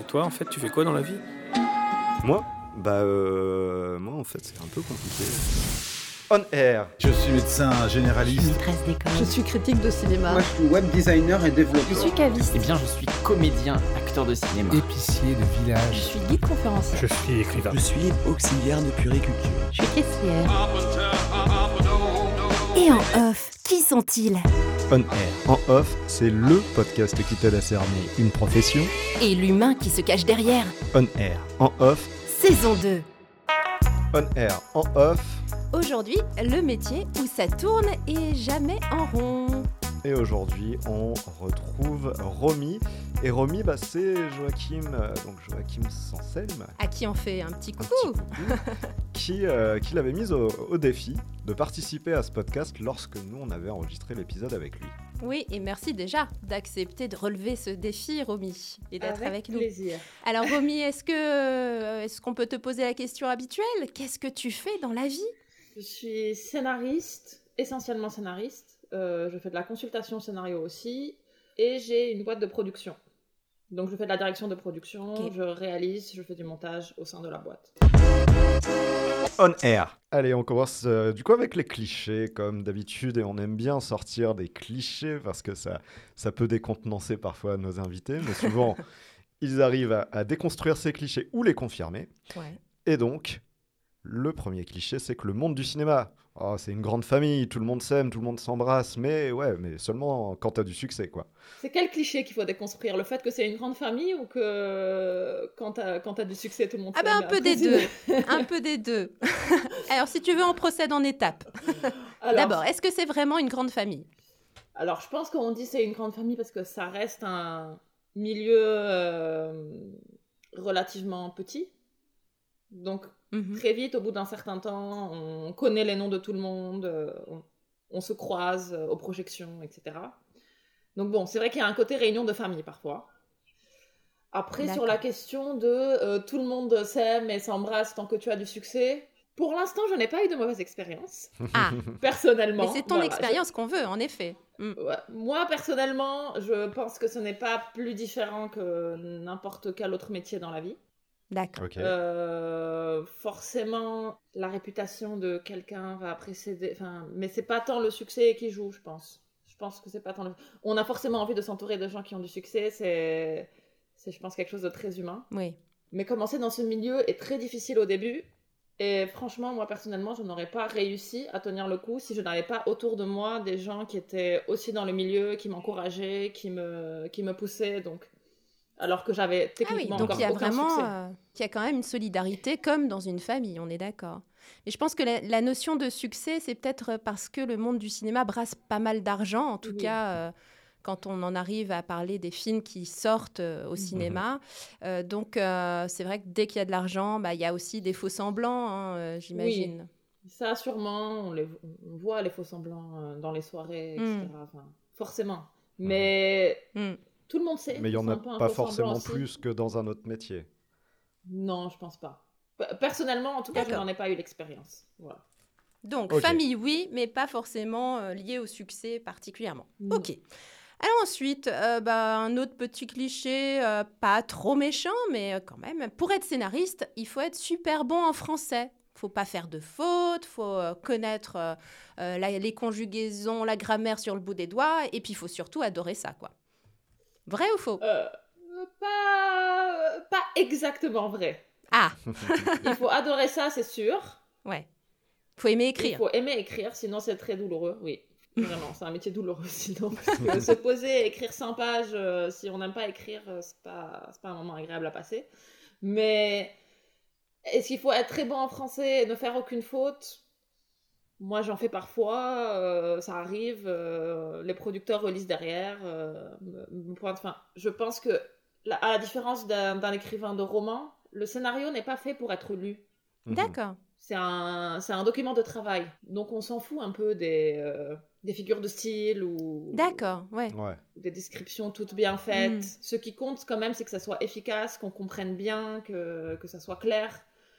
toi, en fait, tu fais quoi dans la vie ? Moi moi en fait c'est un peu compliqué. On air. Je suis médecin généraliste. Maîtresse d'école. Je suis critique de cinéma. Moi, je suis web designer et développeur. Je suis caviste. Eh bien, je suis comédien, acteur de cinéma. Épicier de Je village. suis guide conférencier. Je suis écrivain. Je suis auxiliaire de puériculture. Je suis caissière. Et en off, qui sont-ils ? On air. En off, c'est le podcast qui t'aide à cerner une profession. Et l'humain qui se cache derrière. On air. En off. Saison 2. On air. En off. Aujourd'hui, le métier où ça tourne et jamais en rond. Et aujourd'hui, on retrouve Romy. Et Romy, c'est Joachim, donc Joachim Sanselme. À qui on fait un petit coucou. Qui l'avait mise au défi de participer à ce podcast lorsque nous, on avait enregistré l'épisode avec lui. Oui, et merci déjà d'accepter de relever ce défi, Romy, et d'être avec nous. Plaisir. Alors, Romy, est-ce qu'on peut te poser la question habituelle ? Qu'est-ce que tu fais dans la vie ? Je suis scénariste, essentiellement scénariste. Je fais de la consultation scénario aussi. Et j'ai une boîte de production. Donc je fais de la direction de production, Ok. je réalise, je fais du montage au sein de la boîte. On air. Allez, on commence du coup avec les clichés comme d'habitude et on aime bien sortir des clichés parce que ça peut décontenancer parfois nos invités, mais souvent ils arrivent à déconstruire ces clichés ou les confirmer. Ouais. Et donc, le premier cliché, c'est que le monde du cinéma, c'est une grande famille, tout le monde s'aime, tout le monde s'embrasse, mais seulement quand t'as du succès, quoi. C'est quel cliché qu'il faut déconstruire ? Le fait que c'est une grande famille ou que quand t'as du succès, tout le monde Ah s'aime un peu des deux. Un peu des deux. Alors, si tu veux, on procède en étapes. D'abord, est-ce que c'est vraiment une grande famille ? Alors, je pense qu'on dit c'est une grande famille parce que ça reste un milieu relativement petit. Donc, très vite, au bout d'un certain temps, on connaît les noms de tout le monde, on se croise aux projections, etc. Donc bon, c'est vrai qu'il y a un côté réunion de famille parfois. Après, D'accord. sur la question de tout le monde s'aime et s'embrasse tant que tu as du succès, pour l'instant, je n'ai pas eu de mauvaise expérience, Ah, personnellement. mais c'est ton Voilà, expérience qu'on veut, en effet. Ouais. Moi, personnellement, je pense que ce n'est pas plus différent que n'importe quel autre métier dans la vie. D'accord. Ok. Forcément, la réputation de quelqu'un va précéder. Mais c'est pas tant le succès qui joue, je pense. Je pense que c'est pas tant. On a forcément envie de s'entourer de gens qui ont du succès. C'est, je pense, quelque chose de très humain. Oui. Mais commencer dans ce milieu est très difficile au début. Et franchement, moi personnellement, je n'aurais pas réussi à tenir le coup si je n'avais pas autour de moi des gens qui étaient aussi dans le milieu, qui m'encourageaient, qui me poussaient. Donc. Alors que j'avais techniquement donc encore il y a aucun vraiment, succès. il y a quand même une solidarité comme dans une famille, on est d'accord. Et je pense que la notion de succès, c'est peut-être parce que le monde du cinéma brasse pas mal d'argent, en tout cas quand on en arrive à parler des films qui sortent au cinéma. Donc c'est vrai que dès qu'il y a de l'argent, il y a aussi des faux semblants, j'imagine. Oui, ça sûrement, on voit les faux semblants dans les soirées, etc. Forcément. Mais... Tout le monde sait. Mais il n'y en a pas forcément plus que dans un autre métier. Non, je pense pas. Personnellement, en tout cas, je D'accord. n'en ai pas eu l'expérience. Voilà. Donc, Ok. famille, oui, mais pas forcément liée au succès particulièrement. Ok. Alors ensuite, un autre petit cliché, pas trop méchant, mais quand même. Pour être scénariste, il faut être super bon en français. Faut pas faire de fautes, faut connaître les conjugaisons, la grammaire sur le bout des doigts, et puis il faut surtout adorer ça, quoi. Vrai ou faux ? Pas exactement vrai. Ah, Il faut adorer ça, c'est sûr. ouais. Faut aimer Il écrire. faut aimer écrire, sinon c'est très douloureux. Oui, vraiment, c'est un métier douloureux sinon. Parce que se poser, écrire 100 pages, si on n'aime pas écrire, c'est pas un moment agréable à passer. Mais est-ce qu'il faut être très bon en français et ne faire aucune faute ? Moi, j'en fais parfois, ça arrive, les producteurs relisent derrière, me pointent. Enfin, je pense que, à la différence d'un écrivain de roman, le scénario n'est pas fait pour être lu. D'accord. C'est un document de travail. Donc, on s'en fout un peu des figures de style ou D'accord, ouais. des descriptions toutes bien faites. Ce qui compte quand même, c'est que ça soit efficace, qu'on comprenne bien, que ça soit clair.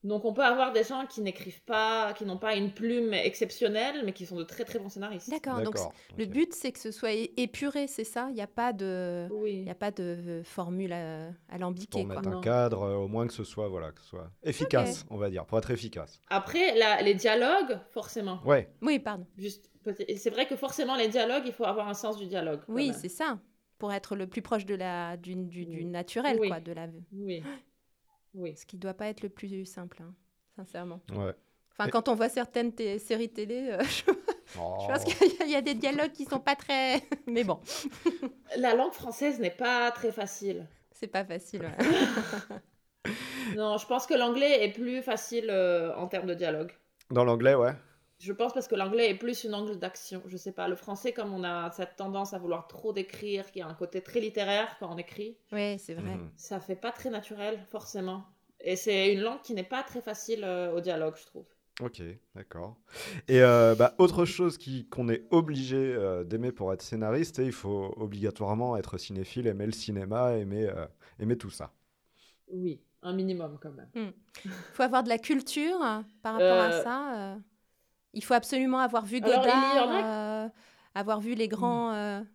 Donc on peut avoir des gens qui n'écrivent pas, qui n'ont pas une plume exceptionnelle, mais qui sont de très très bons scénaristes. D'accord. Donc, le but, c'est que ce soit épuré, c'est ça? Il n'y a pas de, Oui. y a pas de formule alambiquée. Pour Quoi. mettre un Non. cadre, au moins que ce soit efficace, on va dire, pour être efficace. Après, les dialogues, forcément. Ouais, Oui, pardon. Et c'est vrai que forcément, les dialogues, il faut avoir un sens du dialogue. quand Oui, même. c'est ça. Pour être le plus proche de du naturel, Oui. quoi, de la... Oui. Oui. Ce qui ne doit pas être le plus simple, hein, sincèrement. ouais. Enfin, Et- quand on voit certaines séries télé, Oh. je pense qu'il y a des dialogues qui sont pas très... Mais bon, La langue française n'est pas très facile. c'est pas facile. Ouais. Non, je pense que l'anglais est plus facile en termes de dialogue. Dans l'anglais, ouais. Je pense parce que l'anglais est plus une langue d'action. Je sais pas, le français, comme on a cette tendance à vouloir trop décrire, qui a un côté très littéraire quand on écrit, Oui, c'est vrai. Mhm. ça fait pas très naturel, forcément. Et c'est une langue qui n'est pas très facile au dialogue, je trouve. Ok, d'accord. Et autre chose qu'on est obligé d'aimer pour être scénariste, il faut obligatoirement être cinéphile, aimer le cinéma, aimer tout ça. Oui, un minimum quand même. Il faut avoir de la culture par rapport à ça. Il faut absolument avoir vu Alors, il y en Godard, avoir vu les grands...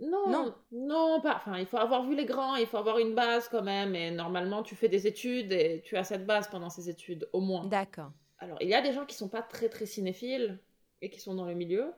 Non, pas. Enfin, il faut avoir vu les grands, il faut avoir une base quand même. Et normalement, tu fais des études et tu as cette base pendant ces études, au moins. D'accord. Alors, il y a des gens qui sont pas très très cinéphiles et qui sont dans le milieu.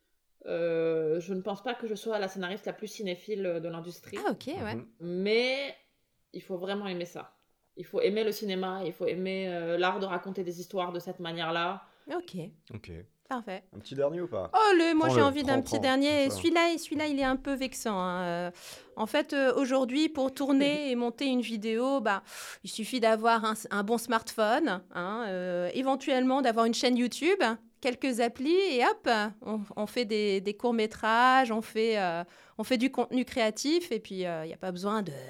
Je ne pense pas que je sois la scénariste la plus cinéphile de l'industrie. Ah, ok, ouais. Mhm. Mais il faut vraiment aimer ça. Il faut aimer le cinéma, il faut aimer l'art de raconter des histoires de cette manière-là. Ok, Ok. parfait. Un petit dernier ou pas? Oh, moi j'ai Prends-le, envie d'un petit prends, dernier. comme ça. Celui-là, il est un peu vexant, hein. En fait, aujourd'hui, pour tourner et monter une vidéo, il suffit d'avoir un bon smartphone, hein, éventuellement d'avoir une chaîne YouTube, quelques applis, et hop, on fait des courts-métrages, on fait du contenu créatif, et puis il n'y a pas besoin de...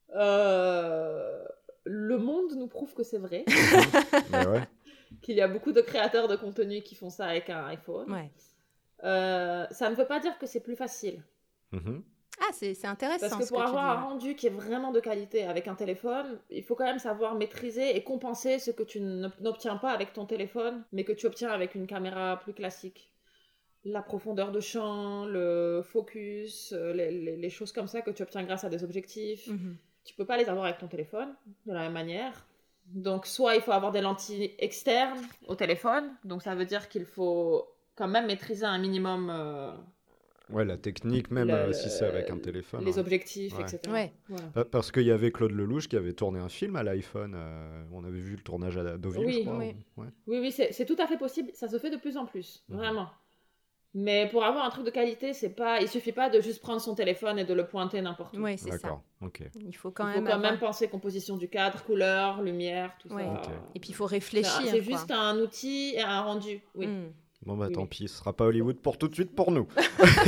Le monde nous prouve que c'est vrai, Mais ouais. qu'il y a beaucoup de créateurs de contenu qui font ça avec un iPhone. Ouais. Ça ne veut pas dire que c'est plus facile. Mhm. Ah, c'est intéressant. Parce que ce pour tu avoir dis, un là. rendu qui est vraiment de qualité avec un téléphone, il faut quand même savoir maîtriser et compenser ce que tu n'obtiens pas avec ton téléphone, mais que tu obtiens avec une caméra plus classique. La profondeur de champ, le focus, les choses comme ça que tu obtiens grâce à des objectifs. Mhm. Tu peux pas les avoir avec ton téléphone de la même manière. Donc soit il faut avoir des lentilles externes au téléphone, donc ça veut dire qu'il faut quand même maîtriser un minimum Ouais, la technique, même si c'est avec un téléphone. les hein. objectifs, Ouais. etc. Ouais. Voilà. Parce qu'il y avait Claude Lelouch qui avait tourné un film à l'iPhone. On avait vu le tournage à Deauville, Oui, je crois. oui. Ouais. Oui, c'est tout à fait possible. Ça se fait de plus en plus, Mhm. vraiment. Mais pour avoir un truc de qualité, il suffit pas de juste prendre son téléphone et de le pointer n'importe où. Oui, c'est ça. D'accord, ok. Il faut quand Il faut même quand avoir... même penser composition du cadre, couleur, lumière, tout Ouais. ça. Ok. Et puis il faut réfléchir. C'est quoi. juste un outil et un rendu. Oui. Mm. Bon, Oui, tant oui. pis, ce sera pas Hollywood pour tout de suite pour nous.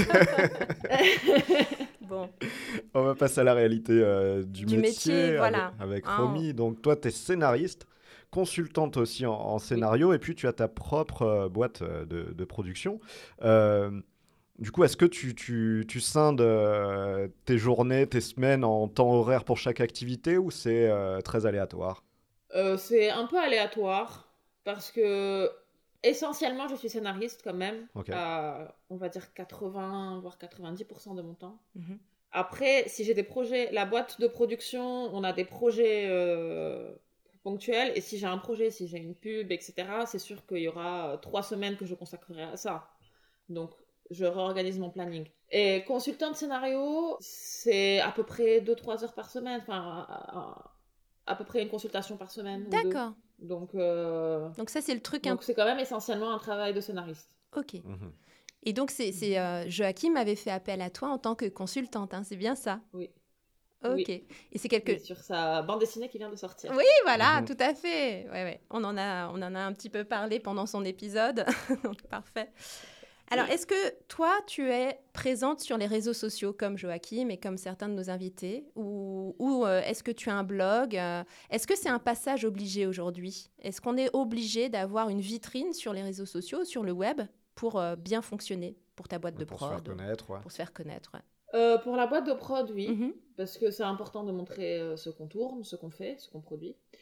Bon. On va passer à la réalité du Du métier, voilà. avec Ah, Romy. Donc, toi, tu es scénariste, consultante aussi en scénario, et puis tu as ta propre boîte de production. Du coup, est-ce que tu scindes tes journées, tes semaines en temps horaire pour chaque activité ou c'est très aléatoire? C'est un peu aléatoire parce que essentiellement je suis scénariste quand même, Ok. on va dire 80 voire 90% de mon temps. Mhm. Après, si j'ai des projets, la boîte de production, on a des projets ponctuels, et si j'ai un projet, si j'ai une pub, etc., c'est sûr qu'il y aura 3 semaines que je consacrerai à ça. Donc, je réorganise mon planning. Et consultant de scénario, c'est à peu près 2-3 heures par semaine, enfin, à peu près une consultation par semaine. ou deux. D'accord. Donc, Donc ça, c'est le truc... donc c'est quand même essentiellement un travail de scénariste. Ok. Mhm. Et donc, Joachim avait fait appel à toi en tant que consultante, hein, c'est bien ça? Oui. Ok. Oui. Et c'est quelque... Oui, sur sa bande dessinée qui vient de sortir. Oui, voilà, Mhm. tout à fait. Ouais. On en a un petit peu parlé pendant son épisode. Donc, parfait. Alors, est-ce que toi, tu es présente sur les réseaux sociaux comme Joachim et comme certains de nos invités? Ou est-ce que tu as un blog? Est-ce que c'est un passage obligé aujourd'hui? Est-ce qu'on est obligé d'avoir une vitrine sur les réseaux sociaux, sur le web, pour bien fonctionner pour ta boîte de Pour se faire prod? connaître, ouais. Pour se faire connaître, ouais. Pour la boîte de prod, oui. Mhm. Parce que c'est important de montrer ce qu'on tourne, ce qu'on fait, ce qu'on produit.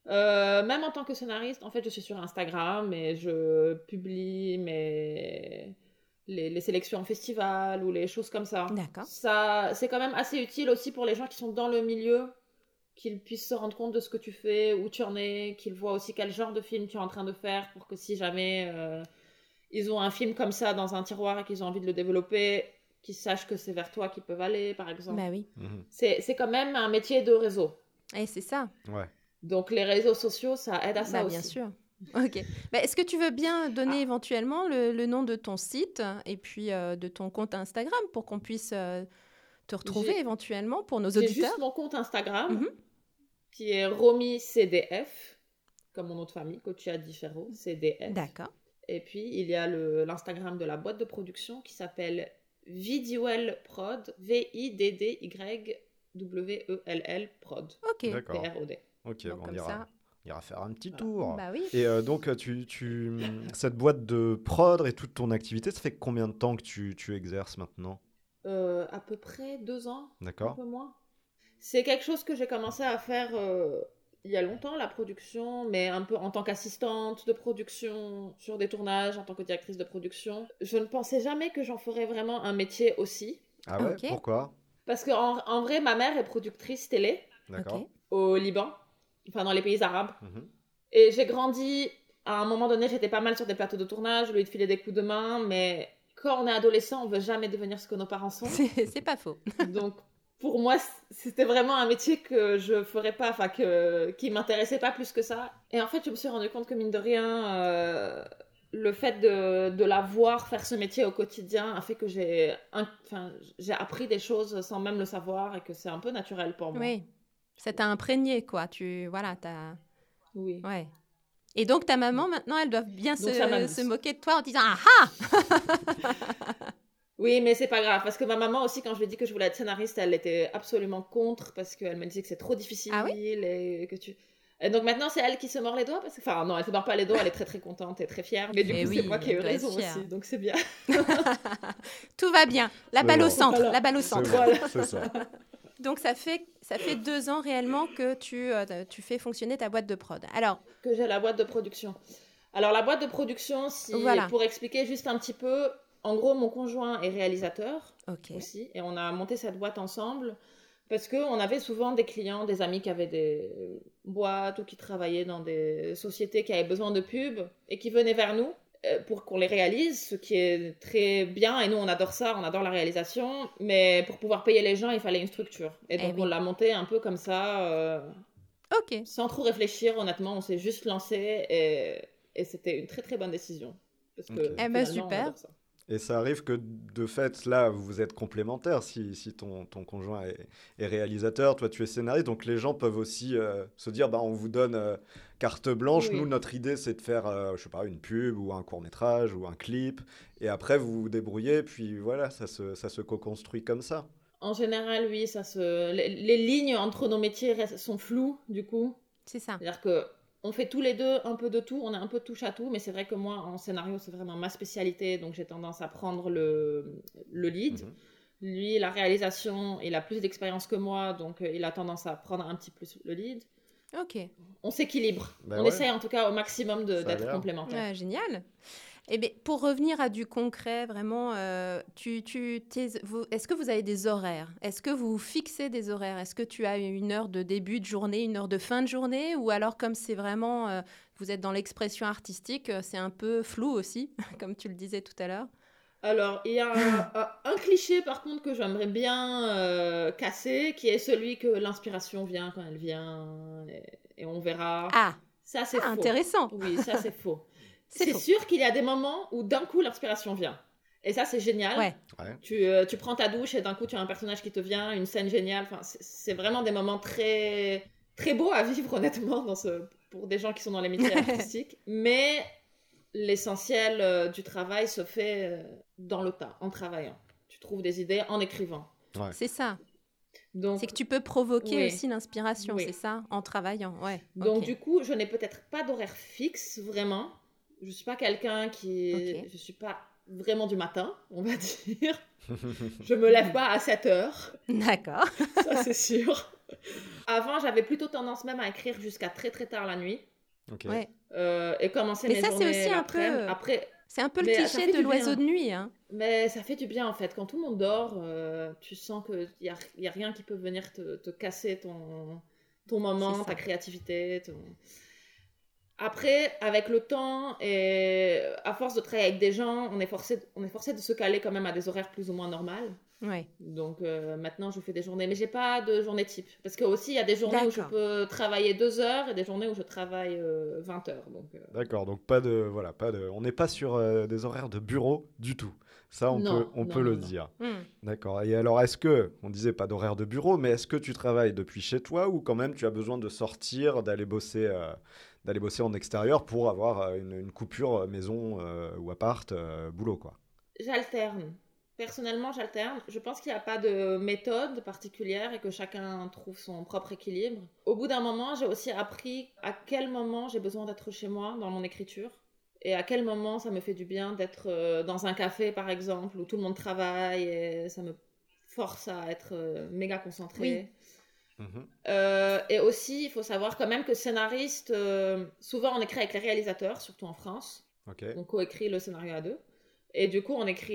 Même en tant que scénariste, en fait, je suis sur Instagram et je publie les sélections en festival ou les choses comme ça. D'accord. Ça, c'est quand même assez utile aussi pour les gens qui sont dans le milieu, qu'ils puissent se rendre compte de ce que tu fais, où tu en es, qu'ils voient aussi quel genre de film tu es en train de faire pour que si jamais ils ont un film comme ça dans un tiroir et qu'ils ont envie de le développer, qu'ils sachent que c'est vers toi qu'ils peuvent aller, par exemple. Bah oui. C'est quand même un métier de réseau. Et c'est ça. Ouais. Donc les réseaux sociaux, ça aide à ça aussi. Bien sûr. Ok. Bah, est-ce que tu veux bien donner éventuellement le nom de ton site et puis de ton compte Instagram pour qu'on puisse te retrouver éventuellement pour nos auditeurs? J'ai juste mon compte Instagram qui est Romy CDF, comme mon nom de famille, Kochia Difero, CDF. D'accord. Et puis il y a l'Instagram de la boîte de production qui s'appelle Viduel Prod, VIDDYWELL Prod. Ok. D'accord. PROD. Ok, Donc, on comme ira, ça. on ira faire un petit tour. Bah oui. Et donc, cette boîte de prod et toute ton activité, ça fait combien de temps que tu exerces maintenant? À peu près 2 ans, un D'accord. peu moins. C'est quelque chose que j'ai commencé à faire il y a longtemps, la production, mais un peu en tant qu'assistante de production sur des tournages, en tant que directrice de production. Je ne pensais jamais que j'en ferais vraiment un métier aussi. Ah ouais, Ok. pourquoi? Parce qu'en vrai, ma mère est productrice télé D'accord. Ok. au Liban, enfin dans les pays arabes. Mhm. Et j'ai grandi, à un moment donné, j'étais pas mal sur des plateaux de tournage, je lui ai filé des coups de main, mais quand on est adolescent, on veut jamais devenir ce que nos parents sont. C'est pas faux. Donc, pour moi, c'était vraiment un métier que je ferais pas, enfin, qui m'intéressait pas plus que ça. Et en fait, je me suis rendu compte que, mine de rien, le fait de la voir faire ce métier au quotidien a fait que j'ai appris des choses sans même le savoir et que c'est un peu naturel pour moi. Oui. Ça t'a imprégné, quoi. Oui. Ouais. Et donc, ta maman, maintenant, elle doit bien Donc, ça m'amuse. se moquer de toi en disant « Ah ah !» Oui, mais c'est pas grave, parce que ma maman aussi, quand je lui ai dit que je voulais être scénariste, elle était absolument contre, parce qu'elle me disait que c'est trop difficile, Ah et que tu... Et donc maintenant, c'est elle qui se mord les doigts, parce que... Enfin, non, elle se mord pas les doigts, elle est très très contente et très fière, mais du Mais coup, oui, c'est moi qui ai eu elle doit être raison fière. aussi, donc c'est bien. Tout va bien. La C'est balle au bon. centre. Voilà. La balle au C'est centre. bon, Voilà. c'est ça. Donc, ça fait 2 ans réellement que tu fais fonctionner ta boîte de prod. Alors, Que j'ai la boîte de production. Alors, la boîte de production, Voilà. pour expliquer juste un petit peu, en gros, mon conjoint est réalisateur ok. aussi, et on a monté cette boîte ensemble. Parce qu'on avait souvent des clients, des amis qui avaient des boîtes ou qui travaillaient dans des sociétés qui avaient besoin de pubs et qui venaient vers nous pour qu'on les réalise, ce qui est très bien. Et nous, on adore ça, on adore la réalisation. Mais pour pouvoir payer les gens, il fallait une structure. Et donc, oui. on l'a monté un peu comme ça, Ok. sans trop réfléchir, honnêtement. On s'est juste lancé et c'était une très très bonne décision. Parce que Ok. Eh ben, finalement, on super. adore ça. Et ça arrive que de fait, là, vous êtes complémentaires. Si ton conjoint est réalisateur, toi tu es scénariste, donc les gens peuvent aussi se dire, bah, on vous donne carte blanche. Oui. Nous, notre idée, c'est de faire, je sais pas, une pub ou un court-métrage ou un clip. Et après, vous vous débrouillez, puis voilà, ça se co-construit comme ça. En général, oui, les lignes entre nos métiers sont floues, du coup. C'est ça. C'est-à-dire qu'on fait tous les deux un peu de tout, on a un peu touche à tout, mais c'est vrai que moi, en scénario, c'est vraiment ma spécialité, donc j'ai tendance à prendre le lead. Mhm. Lui, la réalisation, il a plus d'expérience que moi, donc il a tendance à prendre un petit peu le lead. Ok. On s'équilibre. Ben On ouais. essaye en tout cas au maximum Ça a d'être l'air. complémentaires. Ouais, génial. Eh bien, pour revenir à du concret, vraiment, est-ce que vous avez des horaires? Est-ce que vous fixez des horaires? Est-ce que tu as une heure de début de journée, une heure de fin de journée? Ou alors, comme c'est vraiment, vous êtes dans l'expression artistique, c'est un peu flou aussi, comme tu le disais tout à l'heure? Alors, il y a un cliché par contre que j'aimerais bien casser, qui est celui que l'inspiration vient quand elle vient, et on verra. Ah, Ça, c'est faux. intéressant. Oui, ça, c'est faux. C'est C'est faux. sûr qu'il y a des moments où d'un coup l'inspiration vient. Et ça, c'est génial. Ouais. Tu prends ta douche et d'un coup tu as un personnage qui te vient, une scène géniale. Enfin, c'est vraiment des moments très, très beaux à vivre, honnêtement, pour des gens qui sont dans les métiers artistiques. Mais l'essentiel du travail se fait dans le tas, en travaillant. Tu trouves des idées en écrivant. C'est ça. Donc, C'est que tu peux provoquer Oui. aussi l'inspiration, Oui. c'est ça, en travaillant. Ouais. Donc ok. du coup, je n'ai peut-être pas d'horaire fixe, vraiment. Je suis pas quelqu'un qui... Ok. Je suis pas vraiment du matin, on va dire. Je me lève pas à 7 heures, D'accord. ça c'est sûr. Avant, j'avais plutôt tendance même à écrire jusqu'à très très tard la nuit. Ok. Ouais. Et commencer Mais mes ça, c'est journées aussi un l'après-midi. peu- Après, C'est un peu le Mais ça cliché fait de du l'oiseau bien. de nuit. Hein. mais ça fait du bien en fait. Quand tout le monde dort, tu sens qu'il n'y a rien qui peut venir te casser ton moment, C'est ça. ta créativité. Après, avec le temps et à force de travailler avec des gens, on est forcé de se caler quand même à des horaires plus ou moins normales. Ouais. Donc maintenant, je fais des journées, mais j'ai pas de journée type. Parce que aussi, il y a des journées où je D'accord. peux travailler 2 heures et des journées où je travaille 20 heures. Donc, D'accord, donc on n'est pas sur des horaires de bureau du tout. Ça, on Non, peut non, le non, non. dire. Hmm. D'accord. Et alors, on disait pas d'horaire de bureau, mais est-ce que tu travailles depuis chez toi ou quand même tu as besoin de sortir, d'aller bosser en extérieur pour avoir une coupure maison ou appart, boulot, quoi. J'alterne. Personnellement, j'alterne. Je pense qu'il n'y a pas de méthode particulière et que chacun trouve son propre équilibre. Au bout d'un moment, j'ai aussi appris à quel moment j'ai besoin d'être chez moi dans mon écriture et à quel moment ça me fait du bien d'être dans un café, par exemple, où tout le monde travaille et ça me force à être méga concentrée. Mhm. Et aussi, il faut savoir quand même que scénariste, souvent on écrit avec les réalisateurs, surtout en France. Ok. On coécrit le scénario à 2. Et du coup,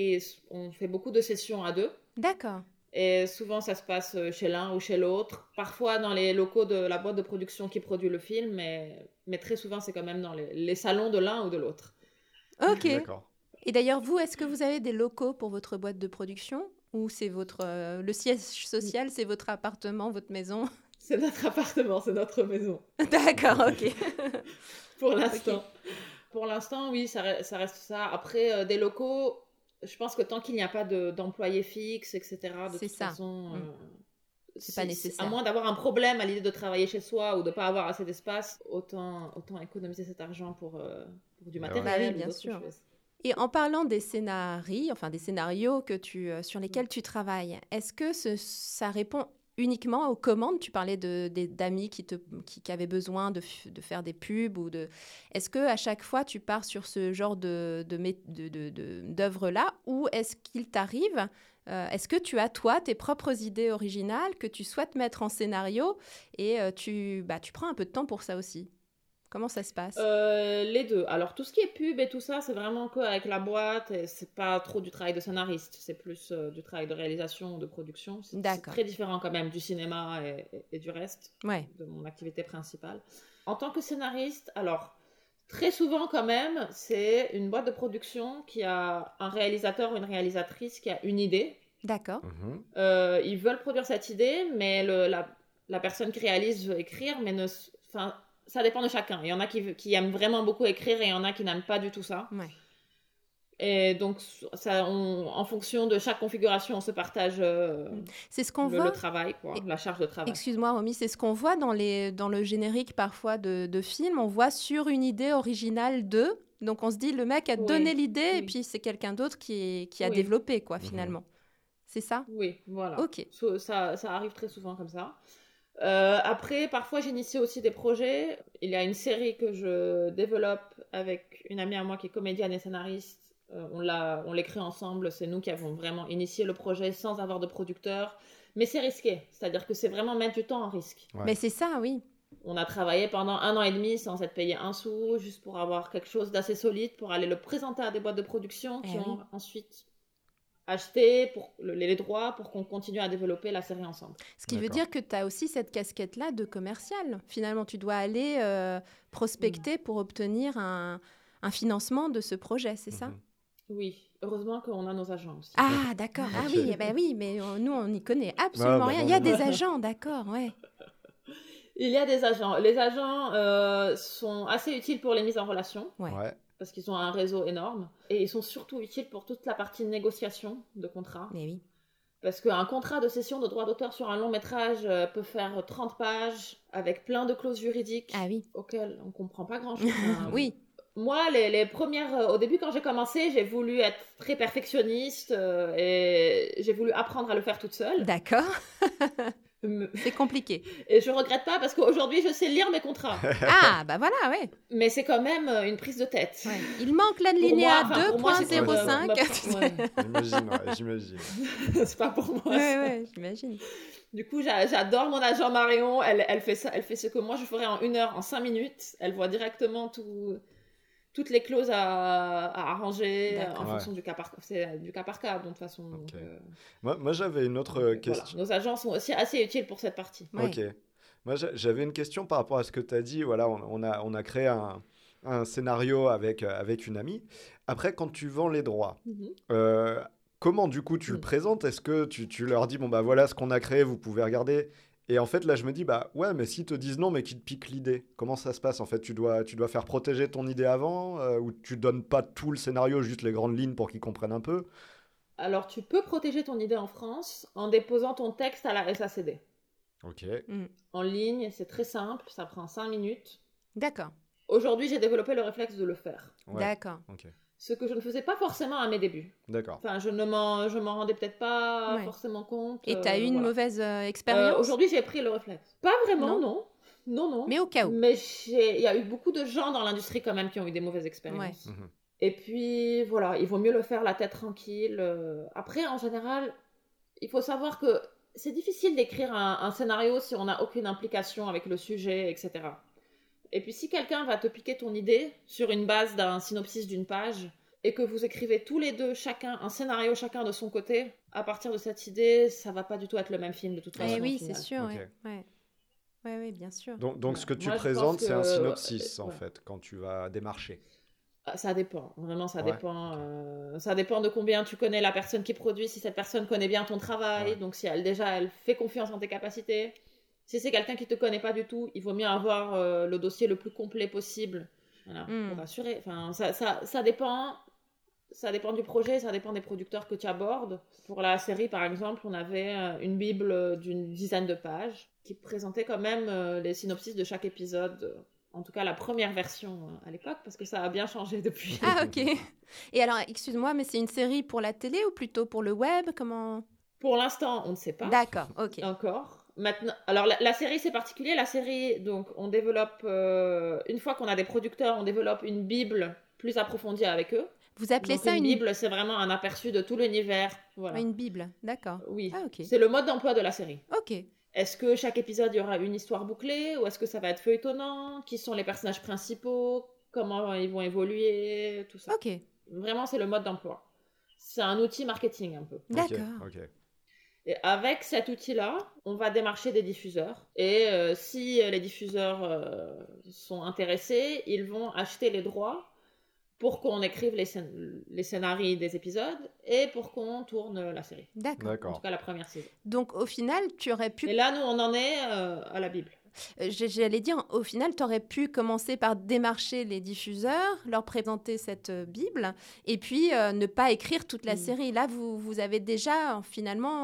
on fait beaucoup de sessions à 2. D'accord. Et souvent, ça se passe chez l'un ou chez l'autre. Parfois dans les locaux de la boîte de production qui produit le film, mais très souvent, c'est quand même dans les salons de l'un ou de l'autre. Ok. D'accord. Et d'ailleurs, vous, est-ce que vous avez des locaux pour votre boîte de production ou c'est le siège social, c'est votre appartement, votre maison? C'est notre appartement, c'est notre maison. D'accord, ok. Pour l'instant. Pour l'instant, oui, ça reste ça. Après, des locaux, je pense que tant qu'il n'y a pas d'employé fixe, etc., de C'est toute ça. façon, C'est pas nécessaire. À moins d'avoir un problème à l'idée de travailler chez soi ou de ne pas avoir assez d'espace, autant économiser cet argent pour du Bah matériel. oui, ou bien d'autres sûr. choses. Et en parlant des scénarios sur lesquels tu travailles, est-ce que ça répond uniquement aux commandes? Tu parlais d'amis qui avaient besoin de faire des pubs Est-ce que à chaque fois tu pars sur ce genre d'œuvre-là ou est-ce qu'il t'arrive est-ce que tu as, toi, tes propres idées originales que tu souhaites mettre en scénario et tu prends un peu de temps pour ça aussi? Comment ça se passe? Les deux. Alors, tout ce qui est pub et tout ça, c'est vraiment qu'avec la boîte. Et c'est pas trop du travail de scénariste. C'est plus du travail de réalisation ou de production. C'est D'accord. très différent quand même du cinéma et du reste Ouais. de mon activité principale. En tant que scénariste, alors, très souvent quand même, c'est une boîte de production qui a un réalisateur ou une réalisatrice qui a une idée. D'accord. Mhm. Ils veulent produire cette idée, mais la personne qui réalise veut écrire, mais ça dépend de chacun. Il y en a qui aiment vraiment beaucoup écrire et il y en a qui n'aiment pas du tout ça. Ouais. Et donc, en fonction de chaque configuration, on se partage C'est ce qu'on le voit. travail, quoi, la charge de travail. Excuse-moi, Romy, c'est ce qu'on voit dans le générique parfois de films. On voit sur une idée originale d'eux. Donc on se dit, le mec a Oui, donné l'idée et oui. puis c'est quelqu'un d'autre qui a Oui. développé, quoi, Mhm. finalement. C'est ça? Oui, voilà. Ok. Ça arrive très souvent comme ça. Après, parfois, j'initie aussi des projets. Il y a une série que je développe avec une amie à moi qui est comédienne et scénariste. On l'écrit ensemble. C'est nous qui avons vraiment initié le projet sans avoir de producteur. Mais c'est risqué. C'est-à-dire que c'est vraiment mettre du temps en risque. Ouais. Mais c'est ça, oui. On a travaillé pendant 1 an et demi sans être payé un sou, juste pour avoir quelque chose d'assez solide, pour aller le présenter à des boîtes de production qui Eh ont oui. ensuite acheté les droits pour qu'on continue à développer la série ensemble. Ce qui veut D'accord. dire que tu as aussi cette casquette-là de commercial. Finalement, tu dois aller prospecter pour obtenir un financement de ce projet, c'est ça? Mhm. Oui, heureusement qu'on a nos agents aussi. Ah, d'accord. Ah Ok. oui, eh ben oui, mais nous, on n'y connaît absolument bah rien. non, Il y a non, des non. agents, d'accord, ouais. Il y a des agents. Les agents sont assez utiles pour les mises en relation, Ouais. Ouais. parce qu'ils ont un réseau énorme. Et ils sont surtout utiles pour toute la partie négociation de contrat. Mais oui. Parce qu'un contrat de cession de droit d'auteur sur un long métrage peut faire 30 pages avec plein de clauses juridiques Ah oui. auxquelles on ne comprend pas grand-chose. Oui. Moi, les premières... au début, quand j'ai commencé, j'ai voulu être très perfectionniste et j'ai voulu apprendre à le faire toute seule. D'accord. C'est compliqué. Et je regrette pas parce qu'aujourd'hui, je sais lire mes contrats. Ah, bah voilà, ouais. Mais c'est quand même une prise de tête. Ouais. Il manque l'alinéa Pour moi, c'était 2.05. ouais. J'imagine. C'est pas pour moi. Ouais, j'imagine. Du coup, j'adore mon agent Marion. Elle fait ça. Elle fait ce que moi, je ferais en 1 heure, en 5 minutes. Elle voit directement toutes les clauses à arranger en fonction du cas par cas, de toute façon. Okay. Donc, moi, j'avais une autre question. Voilà. Nos agents sont aussi assez utiles pour cette partie. Ouais. Ok. Moi, j'avais une question par rapport à ce que tu as dit. Voilà, on a créé un scénario avec une amie. Après, quand tu vends les droits, comment du coup tu le présentes? Est-ce que tu leur dis, bon, bah voilà ce qu'on a créé, vous pouvez regarder? Et en fait, là, je me dis, bah ouais, mais s'ils te disent non, mais qu'ils te piquent l'idée, comment ça se passe? En fait, tu dois faire protéger ton idée avant, ou tu donnes pas tout le scénario, juste les grandes lignes pour qu'ils comprennent un peu? Alors, tu peux protéger ton idée en France en déposant ton texte à la SACD. Ok. En ligne, c'est très simple, ça prend 5 minutes. D'accord. Aujourd'hui, j'ai développé le réflexe de le faire. Ouais. D'accord. Ok. Ce que je ne faisais pas forcément à mes débuts. D'accord. Enfin, je m'en rendais peut-être pas forcément compte. Et t'as eu une mauvaise expérience? Aujourd'hui, j'ai pris le réflexe. Pas vraiment, non. Mais au cas où. Mais il y a eu beaucoup de gens dans l'industrie quand même qui ont eu des mauvaises expériences. Ouais. Et puis, voilà, il vaut mieux le faire la tête tranquille. Après, en général, il faut savoir que c'est difficile d'écrire un scénario si on n'a aucune implication avec le sujet, etc. Et puis si quelqu'un va te piquer ton idée sur une base d'un synopsis d'une page et que vous écrivez tous les deux un scénario chacun de son côté, à partir de cette idée, ça va pas du tout être le même film de toute façon. Oui, c'est sûr. Oui, bien sûr. Donc ce que tu présentes, c'est un synopsis en fait, quand tu vas démarcher. Ça dépend, vraiment ça dépend. Ça dépend de combien tu connais la personne qui produit, si cette personne connaît bien ton travail, donc si elle fait confiance en tes capacités. Si c'est quelqu'un qui te connaît pas du tout, il vaut mieux avoir le dossier le plus complet possible, pour assurer. Enfin, ça dépend du projet, ça dépend des producteurs que tu abordes. Pour la série, par exemple, on avait une bible d'une dizaine de pages qui présentait quand même les synopsis de chaque épisode. En tout cas, la première version à l'époque, parce que ça a bien changé depuis. Ah, ok. Et alors, excuse-moi, mais c'est une série pour la télé ou plutôt pour le web? Comment? Pour l'instant, on ne sait pas. D'accord, ok. Encore. Maintenant, alors la série, c'est particulier. La série, donc, on développe, une fois qu'on a des producteurs, on développe une bible plus approfondie avec eux. Vous appelez donc, ça une bible? C'est vraiment un aperçu de tout l'univers. Voilà. Une bible, d'accord. Oui, ah, okay. C'est le mode d'emploi de la série. Ok. Est-ce que chaque épisode, il y aura une histoire bouclée ou est-ce que ça va être feuilletonnant? Qui sont les personnages principaux? Comment ils vont évoluer? Tout ça. Ok. Vraiment, c'est le mode d'emploi. C'est un outil marketing un peu. D'accord. Okay. Et avec cet outil-là, on va démarcher des diffuseurs. Et si les diffuseurs sont intéressés, ils vont acheter les droits pour qu'on écrive les scénarios des épisodes et pour qu'on tourne la série. D'accord. En tout cas, la première saison. Donc, au final, tu aurais pu... Et là, nous, on en est à la Bible. J'allais dire, au final, tu aurais pu commencer par démarcher les diffuseurs, leur présenter cette Bible, et puis ne pas écrire toute la série. Là, vous avez déjà, finalement,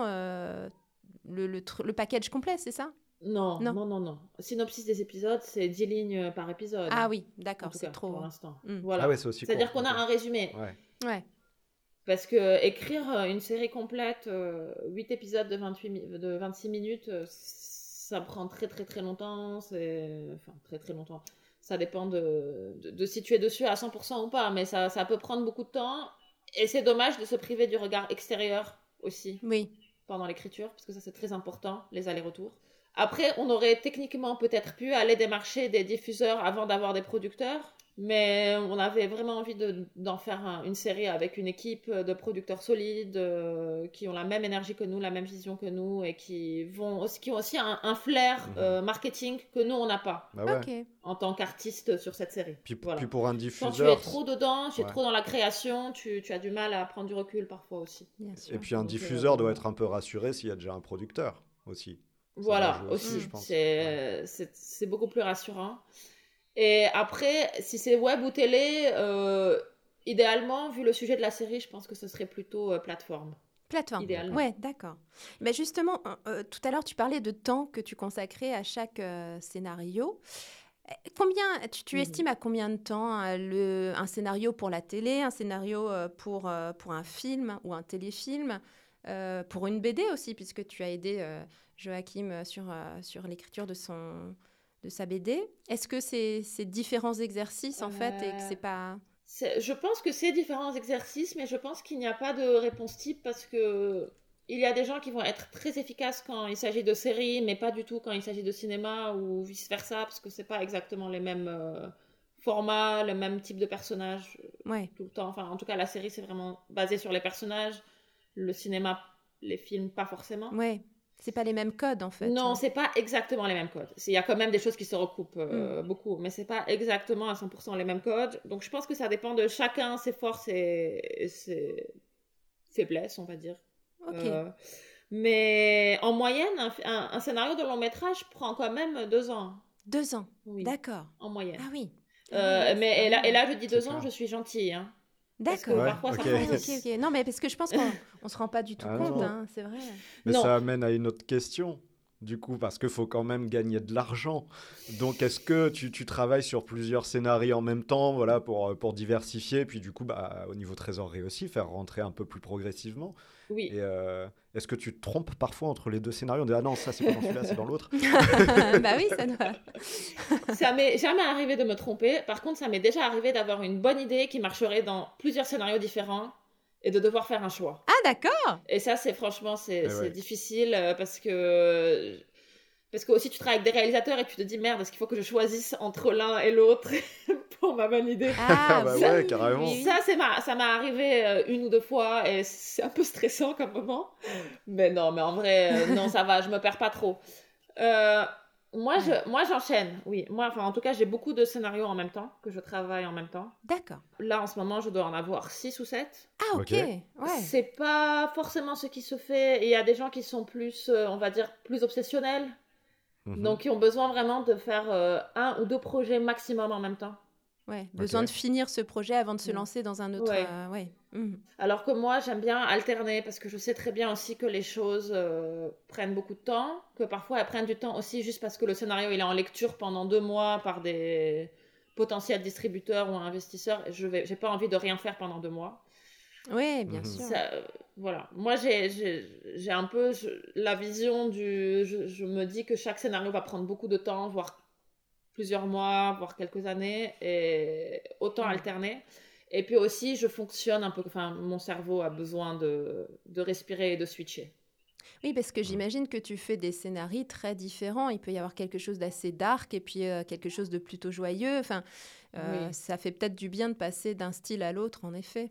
le package complet, c'est ça? Non. Synopsis des épisodes, c'est 10 lignes par épisode. Ah oui, d'accord, c'est trop. Pour l'instant. Voilà. Ah ouais, c'est aussi C'est-à-dire qu'on a un résumé. Ouais. Parce que écrire une série complète, 8 épisodes de 26 minutes, ça prend très très très longtemps. Enfin, très très longtemps. Ça dépend de si tu es dessus à 100% ou pas, mais ça peut prendre beaucoup de temps. Et c'est dommage de se priver du regard extérieur aussi. Oui. Pendant l'écriture, parce que ça c'est très important, les allers-retours. Après, on aurait techniquement peut-être pu aller démarcher des diffuseurs avant d'avoir des producteurs, mais on avait vraiment envie d'en faire une série avec une équipe de producteurs solides qui ont la même énergie que nous, la même vision que nous et qui ont aussi un flair marketing que nous, on n'a pas en tant qu'artiste sur cette série. Puis pour un diffuseur... Quand tu es trop dedans, trop dans la création, tu as du mal à prendre du recul parfois aussi. Et puis un diffuseur doit être un peu rassuré s'il y a déjà un producteur aussi. Voilà, aussi, je pense. C'est beaucoup plus rassurant. Et après, si c'est web ou télé, idéalement, vu le sujet de la série, je pense que ce serait plutôt plateforme. Plateforme, idéalement. Ouais, d'accord. Mais justement, tout à l'heure, tu parlais de temps que tu consacrais à chaque scénario. Combien, tu estimes à combien de temps un scénario pour la télé, un scénario pour un film ou un téléfilm, pour une BD aussi, puisque tu as aidé Joachim, sur l'écriture de sa BD. Est-ce que c'est différents exercices, en fait, et que c'est pas... Je pense que c'est différents exercices, mais je pense qu'il n'y a pas de réponse type parce que il y a des gens qui vont être très efficaces quand il s'agit de séries, mais pas du tout quand il s'agit de cinéma ou vice-versa, parce que c'est pas exactement les mêmes formats, le même type de personnages tout le temps. Enfin, en tout cas, la série, c'est vraiment basé sur les personnages. Le cinéma, les films, pas forcément. Ouais. C'est pas les mêmes codes, en fait. Non, c'est pas exactement les mêmes codes. Il y a quand même des choses qui se recoupent beaucoup, mais c'est pas exactement à 100% les mêmes codes. Donc, je pense que ça dépend de chacun, ses forces et ses faiblesses, on va dire. Ok. Mais en moyenne, un scénario de long métrage prend quand même 2 ans. 2 ans, oui. D'accord. En moyenne. Ah oui. Et là, je dis 2 ans, je suis gentille. Hein. D'accord. Parfois, ça prend ok. Non, mais parce que je pense qu'on se rend pas du tout compte, hein, c'est vrai. Mais ça amène à une autre question, du coup, parce qu'il faut quand même gagner de l'argent. Donc, est-ce que tu travailles sur plusieurs scénarios en même temps, voilà, pour diversifier, puis du coup, au niveau trésorerie aussi, faire rentrer un peu plus progressivement? Oui. Et est-ce que tu te trompes parfois entre les 2 scénarios? On dit, ah non, ça, c'est pas dans celui-là, c'est dans l'autre. Bah oui, ça doit. Ça m'est jamais arrivé de me tromper. Par contre, ça m'est déjà arrivé d'avoir une bonne idée qui marcherait dans plusieurs scénarios différents et de devoir faire un choix. Ah, d'accord. Et ça, c'est difficile parce que aussi tu travailles avec des réalisateurs et tu te dis merde, est-ce qu'il faut que je choisisse entre l'un et l'autre pour ma bonne idée? Ah bah ouais, carrément. Ça m'est arrivé 1 ou 2 fois et c'est un peu stressant comme moment. Mais en vrai, non, ça va, je me perds pas trop. Moi, j'enchaîne, oui. Moi, en tout cas, j'ai beaucoup de scénarios en même temps, que je travaille en même temps. D'accord. Là, en ce moment, je dois en avoir 6 ou 7. Ah, ok. Ouais. C'est pas forcément ce qui se fait. Il y a des gens qui sont plus, on va dire, plus obsessionnels. Donc, qui ont besoin vraiment de faire 1 ou 2 projets maximum en même temps. Ouais, besoin de finir ce projet avant de se lancer dans un autre... Alors que moi, j'aime bien alterner parce que je sais très bien aussi que les choses prennent beaucoup de temps, que parfois elles prennent du temps aussi juste parce que le scénario il est en lecture pendant 2 mois par des potentiels distributeurs ou investisseurs. Et j'ai pas envie de rien faire pendant 2 mois. Oui, bien sûr. Voilà. Moi, j'ai un peu la vision je me dis que chaque scénario va prendre beaucoup de temps, voire plusieurs mois, voire quelques années, et autant alterner. Et puis aussi, je fonctionne un peu, mon cerveau a besoin de respirer et de switcher. Oui, parce que j'imagine que tu fais des scénarios très différents. Il peut y avoir quelque chose d'assez dark et puis quelque chose de plutôt joyeux. Ça fait peut-être du bien de passer d'un style à l'autre, en effet.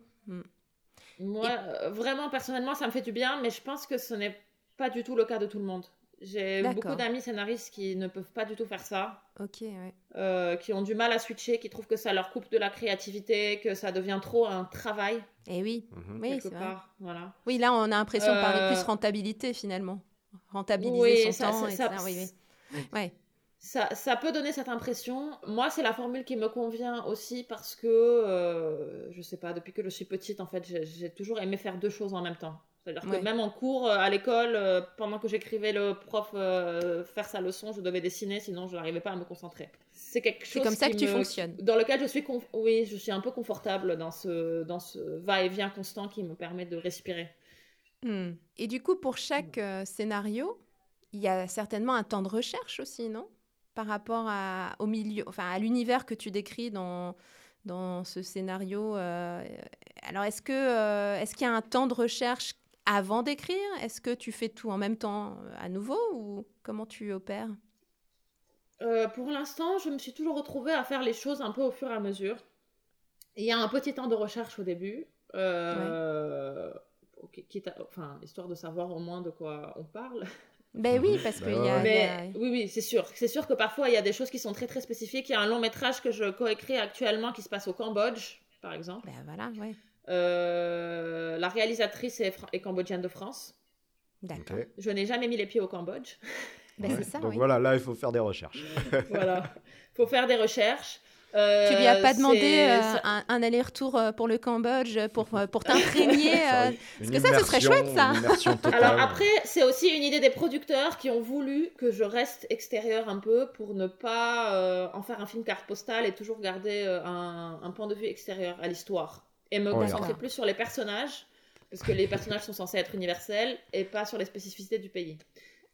Moi, vraiment, personnellement, ça me fait du bien, mais je pense que ce n'est pas du tout le cas de tout le monde. J'ai beaucoup d'amis scénaristes qui ne peuvent pas du tout faire ça. Ok, ouais. Qui ont du mal à switcher, qui trouvent que ça leur coupe de la créativité, que ça devient trop un travail. Et oui, oui, c'est vrai. Voilà. Oui, là, on a l'impression de parler plus rentabilité, finalement. Rentabiliser son temps, etc. Oui. Ça peut donner cette impression. Moi, c'est la formule qui me convient aussi parce que, je sais pas, depuis que je suis petite, en fait, j'ai toujours aimé faire 2 choses en même temps. C'est-à-dire que même en cours, à l'école, pendant que j'écrivais le prof faire sa leçon, je devais dessiner, sinon je n'arrivais pas à me concentrer. C'est quelque chose. C'est comme ça que tu fonctionnes. Dans lequel je suis un peu confortable dans ce va-et-vient constant qui me permet de respirer. Et du coup, pour chaque scénario, il y a certainement un temps de recherche aussi, non? Par rapport au milieu, à l'univers que tu décris dans ce scénario. Alors, est-ce qu'il y a un temps de recherche avant d'écrire? Est-ce que tu fais tout en même temps à nouveau ou comment tu opères? Pour l'instant, je me suis toujours retrouvée à faire les choses un peu au fur et à mesure. Il y a un petit temps de recherche au début, histoire de savoir au moins de quoi on parle. Ben oui, parce qu'il y a... Oui, c'est sûr. C'est sûr que parfois, il y a des choses qui sont très, très spécifiques. Il y a un long métrage que je coécris actuellement qui se passe au Cambodge, par exemple. Ben voilà, ouais. La réalisatrice est cambodgienne de France. D'accord. Okay. Je n'ai jamais mis les pieds au Cambodge. Ben c'est ça, donc voilà, là, il faut faire des recherches. Voilà, il faut faire des recherches. Tu lui as pas demandé un aller-retour pour le Cambodge pour t'imprégner parce que ça, ce serait chouette, ça. Alors après, c'est aussi une idée des producteurs qui ont voulu que je reste extérieure un peu pour ne pas en faire un film carte postale et toujours garder un point de vue extérieur à l'histoire et me concentrer plus sur les personnages parce que les personnages sont censés être universels et pas sur les spécificités du pays.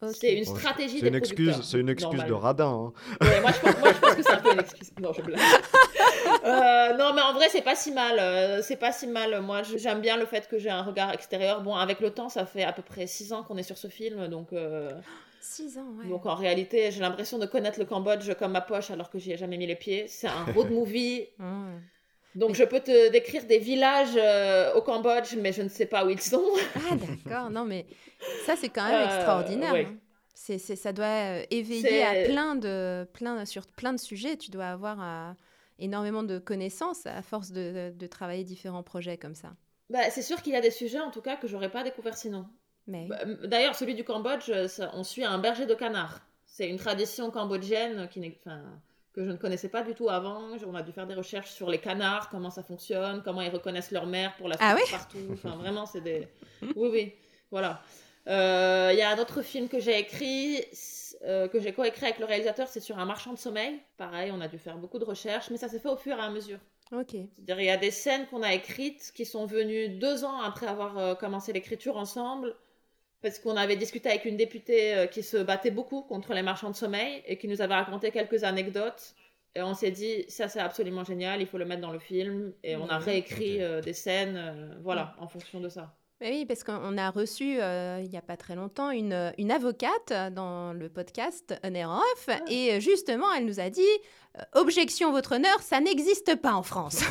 Ok. C'est une stratégie C'est des une excuse, producteurs. c'est une excuse de normalement. radin. Ouais, moi, je pense que c'est un peu une excuse. Non, je blague. Non, mais en vrai, c'est pas si mal. C'est pas si mal. Moi, j'aime bien le fait que j'ai un regard extérieur. Bon, avec le temps, ça fait à peu près 6 ans qu'on est sur ce film. Donc 6 ans, ouais. en réalité, j'ai l'impression de connaître le Cambodge comme ma poche alors que j'y ai jamais mis les pieds. C'est un road movie. Donc, je peux te décrire des villages au Cambodge, mais je ne sais pas où ils sont. Ah, d'accord. Non, mais ça, c'est quand même extraordinaire. ouais. Hein. Ça doit éveiller sur plein de sujets. Tu dois avoir énormément de connaissances à force de travailler différents projets comme ça. Bah, c'est sûr qu'il y a des sujets, en tout cas, que j'aurais pas découvert sinon. Mais... D'ailleurs, celui du Cambodge, on suit un berger de canard. C'est une tradition cambodgienne que je ne connaissais pas du tout avant. On a dû faire des recherches sur les canards, comment ça fonctionne, comment ils reconnaissent leur mère pour la suivre partout. Enfin, vraiment, c'est des... Oui, voilà. Il y a un autre film que j'ai écrit, que j'ai coécrit avec le réalisateur, c'est sur un marchand de sommeil. Pareil, on a dû faire beaucoup de recherches, mais ça s'est fait au fur et à mesure. Ok. C'est-à-dire, il y a des scènes qu'on a écrites qui sont venues 2 ans après avoir commencé l'écriture ensemble, parce qu'on avait discuté avec une députée qui se battait beaucoup contre les marchands de sommeil et qui nous avait raconté quelques anecdotes. Et on s'est dit, ça c'est absolument génial, il faut le mettre dans le film. Et on a réécrit des scènes, en fonction de ça. Oui, parce qu'on a reçu, il n'y a pas très longtemps, une avocate dans le podcast On Air Off. Et justement, elle nous a dit, objection, votre honneur, ça n'existe pas en France.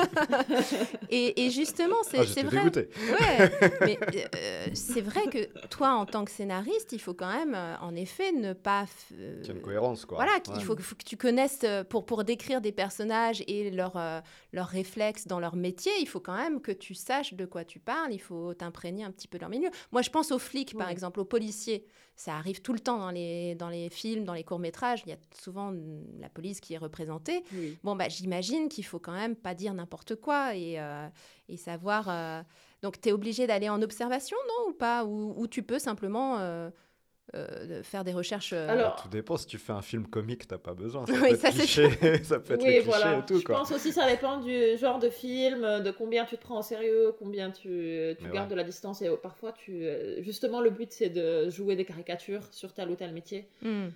et justement, c'est vrai. Dégoûté. Ouais, mais c'est vrai que toi, en tant que scénariste, il faut quand même, en effet, ne pas... Il y a une cohérence, quoi. Voilà, il faut que tu connaisses, pour décrire des personnages et leurs réflexes dans leur métier, il faut quand même que tu saches de quoi tu parles, il faut t'imprégner un petit peu de leur milieu. Moi, je pense aux flics, par exemple, aux policiers. Ça arrive tout le temps dans les films, dans les courts-métrages. Il y a souvent la police qui est représentée. Oui. Bon, j'imagine qu'il faut quand même pas dire n'importe quoi et savoir... Donc, tu es obligé d'aller en observation, non, ou pas ? Ou tu peux simplement... faire des recherches. Alors, tout dépend, si tu fais un film comique, t'as pas besoin. Ça Oui, peut ça, être c'est cliché, ça peut être les clichés et tout. Je pense aussi que ça dépend du genre de film, de combien tu te prends au sérieux, combien tu gardes de la distance. Et parfois, justement, le but, c'est de jouer des caricatures sur tel ou tel métier.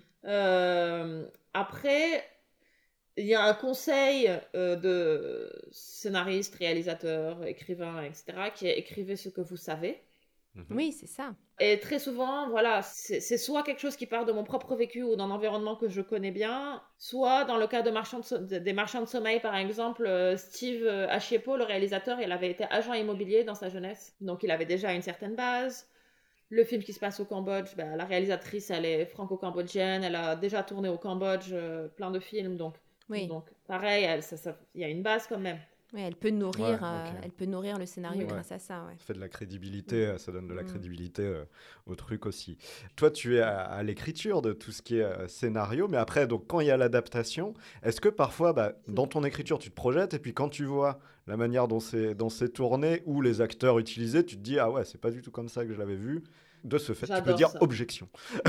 Après, il y a un conseil de scénaristes, réalisateurs, écrivains, etc., qui est écrivez ce que vous savez. Oui, c'est ça. Et très souvent, c'est soit quelque chose qui part de mon propre vécu ou d'un environnement que je connais bien, soit dans le cas des marchands de sommeil, par exemple, Steve Achiepo, le réalisateur, il avait été agent immobilier dans sa jeunesse, donc il avait déjà une certaine base. Le film qui se passe au Cambodge, la réalisatrice, elle est franco-cambodgienne, elle a déjà tourné au Cambodge plein de films, donc pareil, il y a une base quand même. Oui, elle peut nourrir le scénario grâce à ça. Ouais. Ça fait de la crédibilité, ça donne de la crédibilité au truc aussi. Toi, tu es à l'écriture de tout ce qui est scénario, mais après, donc, quand il y a l'adaptation, est-ce que parfois, dans ton écriture, tu te projettes, et puis quand tu vois la manière dont c'est tourné, ou les acteurs utilisés, tu te dis, ah ouais, c'est pas du tout comme ça que je l'avais vu. De ce fait, tu peux dire objection.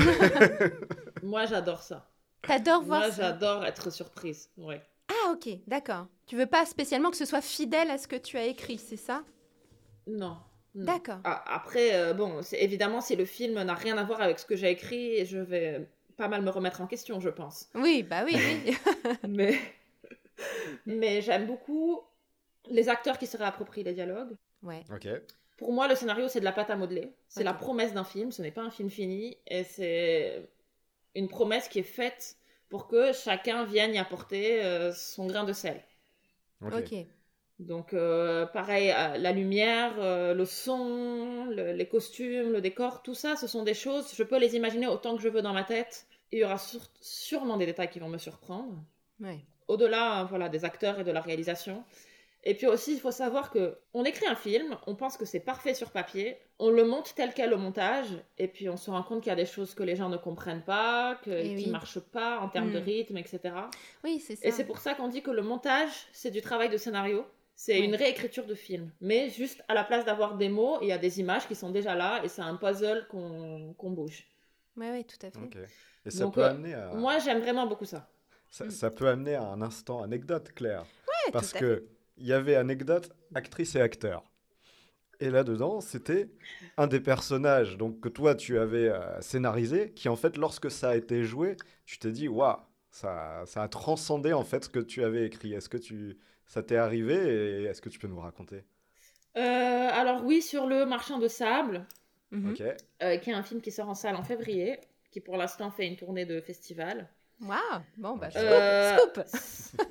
Moi, j'adore ça. T'adores voir ça ? Moi, j'adore être surprise, ouais. Ah, ok, d'accord. Tu veux pas spécialement que ce soit fidèle à ce que tu as écrit, c'est ça ? Non. D'accord. Après, évidemment, si le film n'a rien à voir avec ce que j'ai écrit, je vais pas mal me remettre en question, je pense. Oui, oui. mais j'aime beaucoup les acteurs qui se réapproprient les dialogues. Ouais. Ok. Pour moi, le scénario, c'est de la pâte à modeler. C'est la promesse d'un film, ce n'est pas un film fini, et c'est une promesse qui est faite pour que chacun vienne y apporter son grain de sel. Ok. Donc, pareil, la lumière, le son, les costumes, le décor, tout ça, ce sont des choses, je peux les imaginer autant que je veux dans ma tête. Il y aura sûrement des détails qui vont me surprendre. Ouais. Au-delà, des acteurs et de la réalisation. Et puis aussi, il faut savoir qu'on écrit un film, on pense que c'est parfait sur papier, on le monte tel quel au montage, et puis on se rend compte qu'il y a des choses que les gens ne comprennent pas, qui ne marchent pas en termes de rythme, etc. Oui, c'est ça. Et c'est pour ça qu'on dit que le montage, c'est du travail de scénario, c'est une réécriture de film. Mais juste à la place d'avoir des mots, il y a des images qui sont déjà là, et c'est un puzzle qu'on bouge. Oui, tout à fait. Okay. Et ça peut amener à... Moi, j'aime vraiment beaucoup ça. Ça peut amener à un instant anecdote, Claire. Ouais, parce tout à que fait. il y avait anecdote, actrice et acteur. Et là-dedans, c'était un des personnages donc, que toi, tu avais scénarisé, qui en fait, lorsque ça a été joué, tu t'es dit, waouh, ça a transcendé en fait ce que tu avais écrit. Ça t'est arrivé et est-ce que tu peux nous raconter? Alors oui, sur Le Marchand de Sable, Ok. qui est un film qui sort en salle en février, qui pour l'instant fait une tournée de festival. Waouh, bon, bah, Euh, scoop.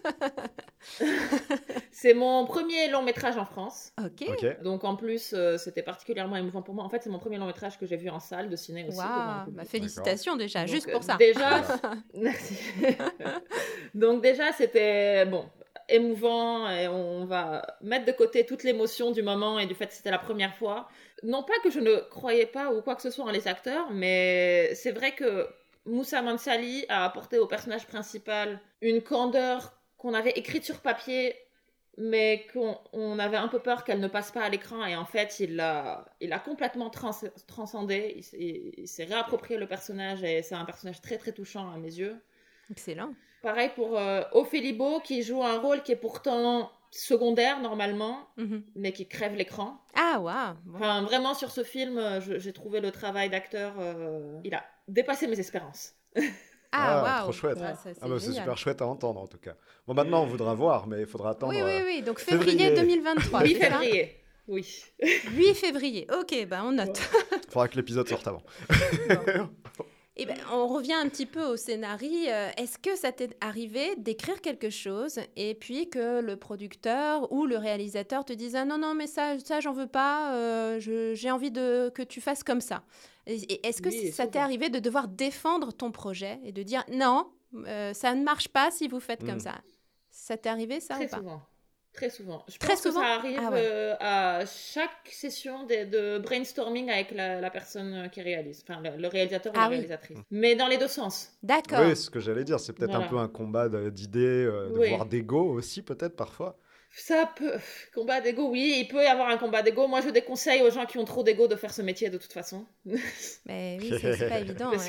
C'est mon premier long métrage en France. Ok. Ok. Donc en plus, c'était particulièrement émouvant pour moi. En fait, c'est mon premier long métrage que j'ai vu en salle de ciné aussi. devant un Waouh, public. bah, félicitations déjà, Donc, juste pour ça. Déjà, merci. Donc déjà, c'était bon, émouvant et on va mettre de côté toute l'émotion du moment et du fait que c'était la première fois. Non pas que je ne croyais pas ou quoi que ce soit en les acteurs, mais c'est vrai que Moussa Mansali a apporté au personnage principal une candeur qu'on avait écrite sur papier, mais qu'on avait un peu peur qu'elle ne passe pas à l'écran. Et en fait, il l'a complètement transcendé. Il s'est réapproprié le personnage et c'est un personnage très très touchant à mes yeux. Excellent. Pareil pour Ophélie Beau, qui joue un rôle qui est pourtant secondaire normalement, mais qui crève l'écran. Ah, waouh. Bon. Enfin, vraiment, sur ce film, j'ai trouvé le travail d'acteur, il a dépassé mes espérances. Ah, waouh. Trop chouette. Ah, ça, Ah bah, c'est génial. super chouette à entendre en tout cas. Bon, maintenant on voudra voir, mais il faudra attendre. Oui. Donc février février. 2023. 8 c'est ça février. Oui. 8 février. Ok, bah on note. Il faudra que l'épisode sorte avant. Et ben, on revient un petit peu au scénario. Est-ce que ça t'est arrivé d'écrire quelque chose et puis que le producteur ou le réalisateur te dise ah non mais ça j'en veux pas, j'ai envie que tu fasses comme ça. Et est-ce que Oui, ça t'est souvent. arrivé de devoir défendre ton projet et de dire non, ça ne marche pas si vous faites comme ça. Ça t'est arrivé ça Très ou pas? souvent. Très souvent. Je Très pense souvent que ça arrive Ah ouais. à chaque session de brainstorming avec la personne qui réalise, enfin le réalisateur ou Ah la oui. réalisatrice. Mais dans les deux sens. D'accord. Oui, c'est ce que j'allais dire. C'est peut-être Voilà. un peu un combat d'idées, Oui. voire d'ego aussi, peut-être parfois. Ça peut. Combat d'ego, oui, il peut y avoir un combat d'ego. Moi, je déconseille aux gens qui ont trop d'ego de faire ce métier de toute façon. Mais oui, c'est pas évident. Parce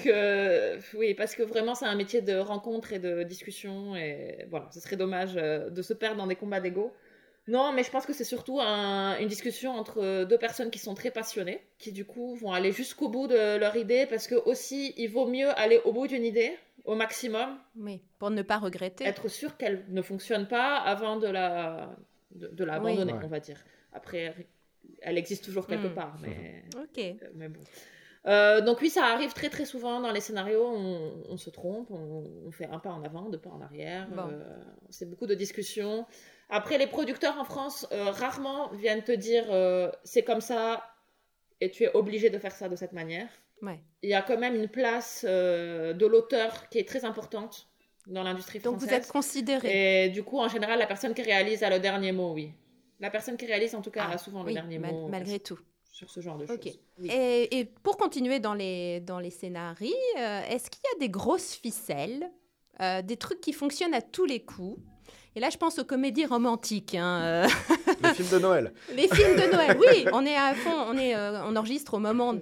que vraiment, c'est un métier de rencontre et de discussion. Et voilà, ce serait dommage de se perdre dans des combats d'ego. Non, mais je pense que c'est surtout une discussion entre deux personnes qui sont très passionnées, qui du coup vont aller jusqu'au bout de leur idée, parce que aussi, il vaut mieux aller au bout d'une idée, au maximum, Oui, pour ne pas regretter. être sûr qu'elle ne fonctionne pas avant de l'abandonner, Oui. on va dire. Après, elle existe toujours quelque part, Ok. mais bon. Donc oui, ça arrive très très souvent dans les scénarios, on se trompe, on fait un pas en avant, deux pas en arrière, Bon. c'est beaucoup de discussions. Après, les producteurs en France rarement viennent te dire c'est comme ça et tu es obligé de faire ça de cette manière. Ouais. Il y a quand même une place de l'auteur qui est très importante dans l'industrie Donc française. vous êtes considéré. Et du coup, en général, la personne qui réalise a le dernier mot, oui. La personne qui réalise, en tout cas, a souvent le oui, dernier mot malgré tout. sur ce genre de Ok. choses. Oui. Et pour continuer dans les scénarios, est-ce qu'il y a des grosses ficelles, des trucs qui fonctionnent à tous les coups? Et là, je pense aux comédies romantiques. Hein, Les films de Noël. les films de Noël, oui, on est à fond, on enregistre au moment,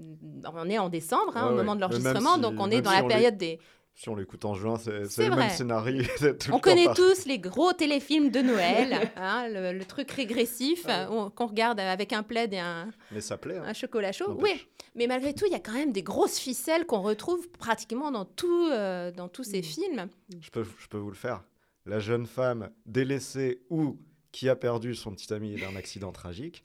on est en décembre, hein, Ouais, au moment de ouais. Mais même l'enregistrement, si- donc on est même dans si la on période des... Si on l'écoute en juin, c'est C'est le vrai. même scénario. c'est tout On le temps connaît pareil. tous les gros téléfilms de Noël, hein, le truc régressif qu'on regarde avec un plaid et un Mais ça plaît. hein. chocolat chaud. N'empêche. Oui, mais malgré tout, il y a quand même des grosses ficelles qu'on retrouve pratiquement dans tous ces films. Je peux vous le faire. La jeune femme délaissée ou qui a perdu son petit ami d'un accident tragique.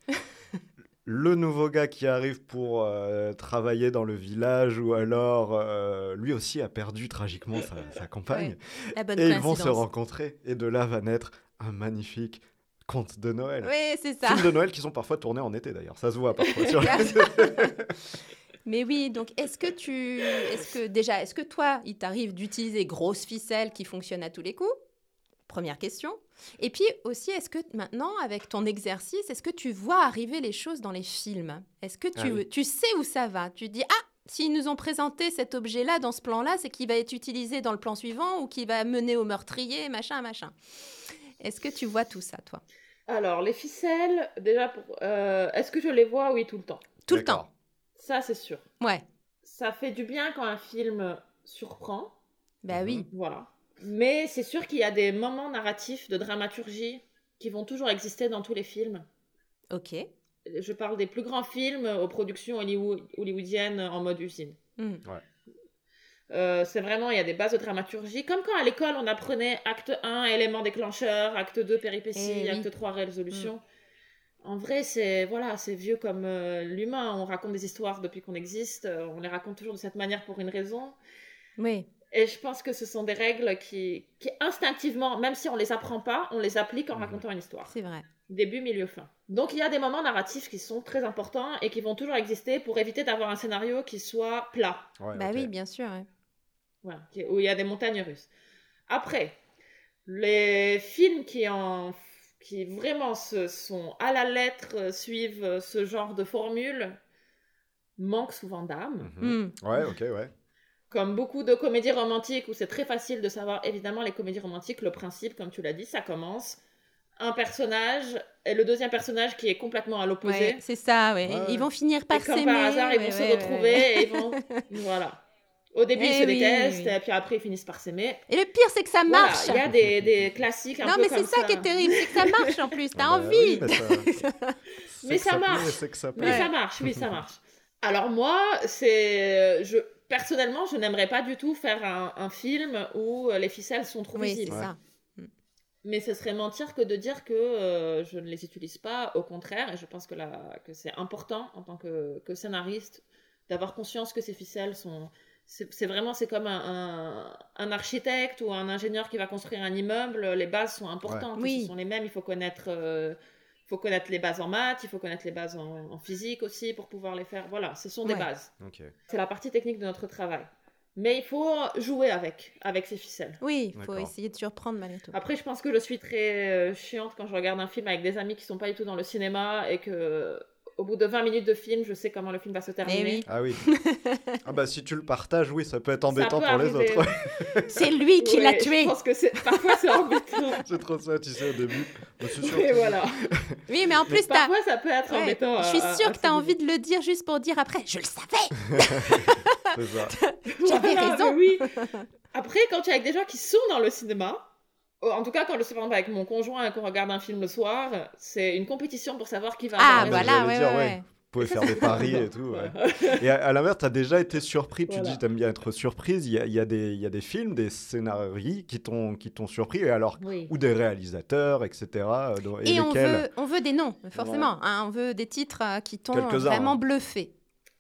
Le nouveau gars qui arrive pour travailler dans le village ou alors lui aussi a perdu tragiquement sa compagne. La bonne Et ils vont se coïncidence. rencontrer et de là va naître un magnifique conte de Noël. Oui, c'est ça. Films de Noël qui sont parfois tournés en été d'ailleurs. Ça se voit parfois. sur Mais oui, donc est-ce que toi, il t'arrive d'utiliser grosses ficelles qui fonctionnent à tous les coups? Première question. Et puis aussi, est-ce que maintenant, avec ton exercice, est-ce que tu vois arriver les choses dans les films? Est-ce que Ah oui. tu sais où ça va? Tu dis, ah, s'ils nous ont présenté cet objet-là dans ce plan-là, c'est qu'il va être utilisé dans le plan suivant ou qu'il va mener au meurtrier, machin. Est-ce que tu vois tout ça, toi? Alors, les ficelles, déjà, est-ce que je les vois? Oui, tout le temps. Tout le D'accord. temps. Ça, c'est sûr. Ouais. Ça fait du bien quand un film surprend, Bah oui. voilà. Mais c'est sûr qu'il y a des moments narratifs de dramaturgie qui vont toujours exister dans tous les films. Ok. Je parle des plus grands films aux productions hollywoodiennes en mode usine. C'est vraiment, il y a des bases de dramaturgie. Comme quand à l'école, on apprenait acte 1, élément déclencheur, acte 2, péripéties, acte 3, résolution. En vrai, c'est vieux comme l'humain. On raconte des histoires depuis qu'on existe. On les raconte toujours de cette manière pour une raison. Oui. Et je pense que ce sont des règles qui instinctivement, même si on les apprend pas, on les applique en racontant une histoire. C'est vrai. Début, milieu, fin. Donc il y a des moments narratifs qui sont très importants et qui vont toujours exister pour éviter d'avoir un scénario qui soit plat. Oui, bien sûr. Ouais. Voilà, où il y a des montagnes russes. Après, les films qui vraiment sont à la lettre, suivent ce genre de formule, manquent souvent d'âme. Ouais. Comme beaucoup de comédies romantiques où c'est très facile de savoir, évidemment, les comédies romantiques, le principe, comme tu l'as dit, ça commence un personnage et le deuxième personnage qui est complètement à l'opposé. Ouais, c'est ça, ouais. Ils vont finir par s'aimer. Et comme par hasard, ils vont se retrouver et ils vont... Voilà. Au début, ils se détestent, et puis après, ils finissent par s'aimer. Et le pire, c'est que ça marche. Il y a des classiques un peu comme ça. Non, mais c'est ça qui est terrible, c'est que ça marche en plus. T'as envie. Mais ça marche. Mais ça marche, oui, ça marche. Alors moi, personnellement, je n'aimerais pas du tout faire un film où les ficelles sont trop visibles. Oui, c'est ça. Mais ce serait mentir que de dire que je ne les utilise pas. Au contraire, et je pense que c'est important en tant que scénariste d'avoir conscience que ces ficelles sont... C'est comme un architecte ou un ingénieur qui va construire un immeuble. Les bases sont importantes. Ce sont les mêmes. Il faut connaître les bases en maths, il faut connaître les bases en physique aussi pour pouvoir les faire. Voilà, ce sont des bases. C'est la partie technique de notre travail. Mais il faut jouer avec ces ficelles. Oui, il faut essayer de surprendre malgré tout. Après, je pense que je suis très chiante quand je regarde un film avec des amis qui ne sont pas du tout dans le cinéma et que... Au bout de 20 minutes de film, je sais comment le film va se terminer. Ah oui. Si tu le partages, oui, ça peut être embêtant pour les autres. C'est lui qui l'a tué. Je pense que parfois c'est embêtant. C'est trop ça, tu sais, au début. Voilà. Oui, mais en plus, parfois ça peut être embêtant. Je suis sûre que tu as envie de le dire juste pour dire après. Je le savais. C'est ça. J'avais raison. Oui. Après, quand tu es avec des gens qui sont dans le cinéma, en tout cas, quand je suis par exemple avec mon conjoint et qu'on regarde un film le soir, c'est une compétition pour savoir qui va avoir Vous pouvez faire des paris et tout. Et à l'inverse, tu as déjà été surpris. Tu dis, tu aimes bien être surprise. Il y a des films, des scénarios qui t'ont surpris, et alors, ou des réalisateurs, etc. Et on veut des noms, forcément. On veut des titres qui t'ont vraiment bluffé.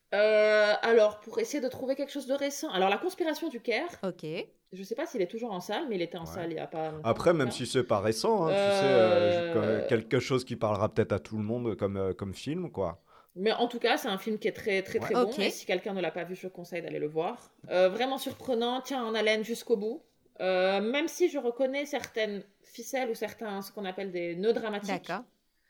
Alors, pour essayer de trouver quelque chose de récent. Alors, La Conspiration du Caire. Ok. Je ne sais pas s'il est toujours en salle, mais il était en salle il n'y a pas longtemps. Après, même si c'est pas récent, tu sais, quelque chose qui parlera peut-être à tout le monde comme film, quoi. Mais en tout cas, c'est un film qui est très, très, très bon. Et si quelqu'un ne l'a pas vu, je conseille d'aller le voir. Vraiment surprenant, tient en haleine jusqu'au bout. Même si je reconnais certaines ficelles ou ce qu'on appelle des nœuds dramatiques. D'accord.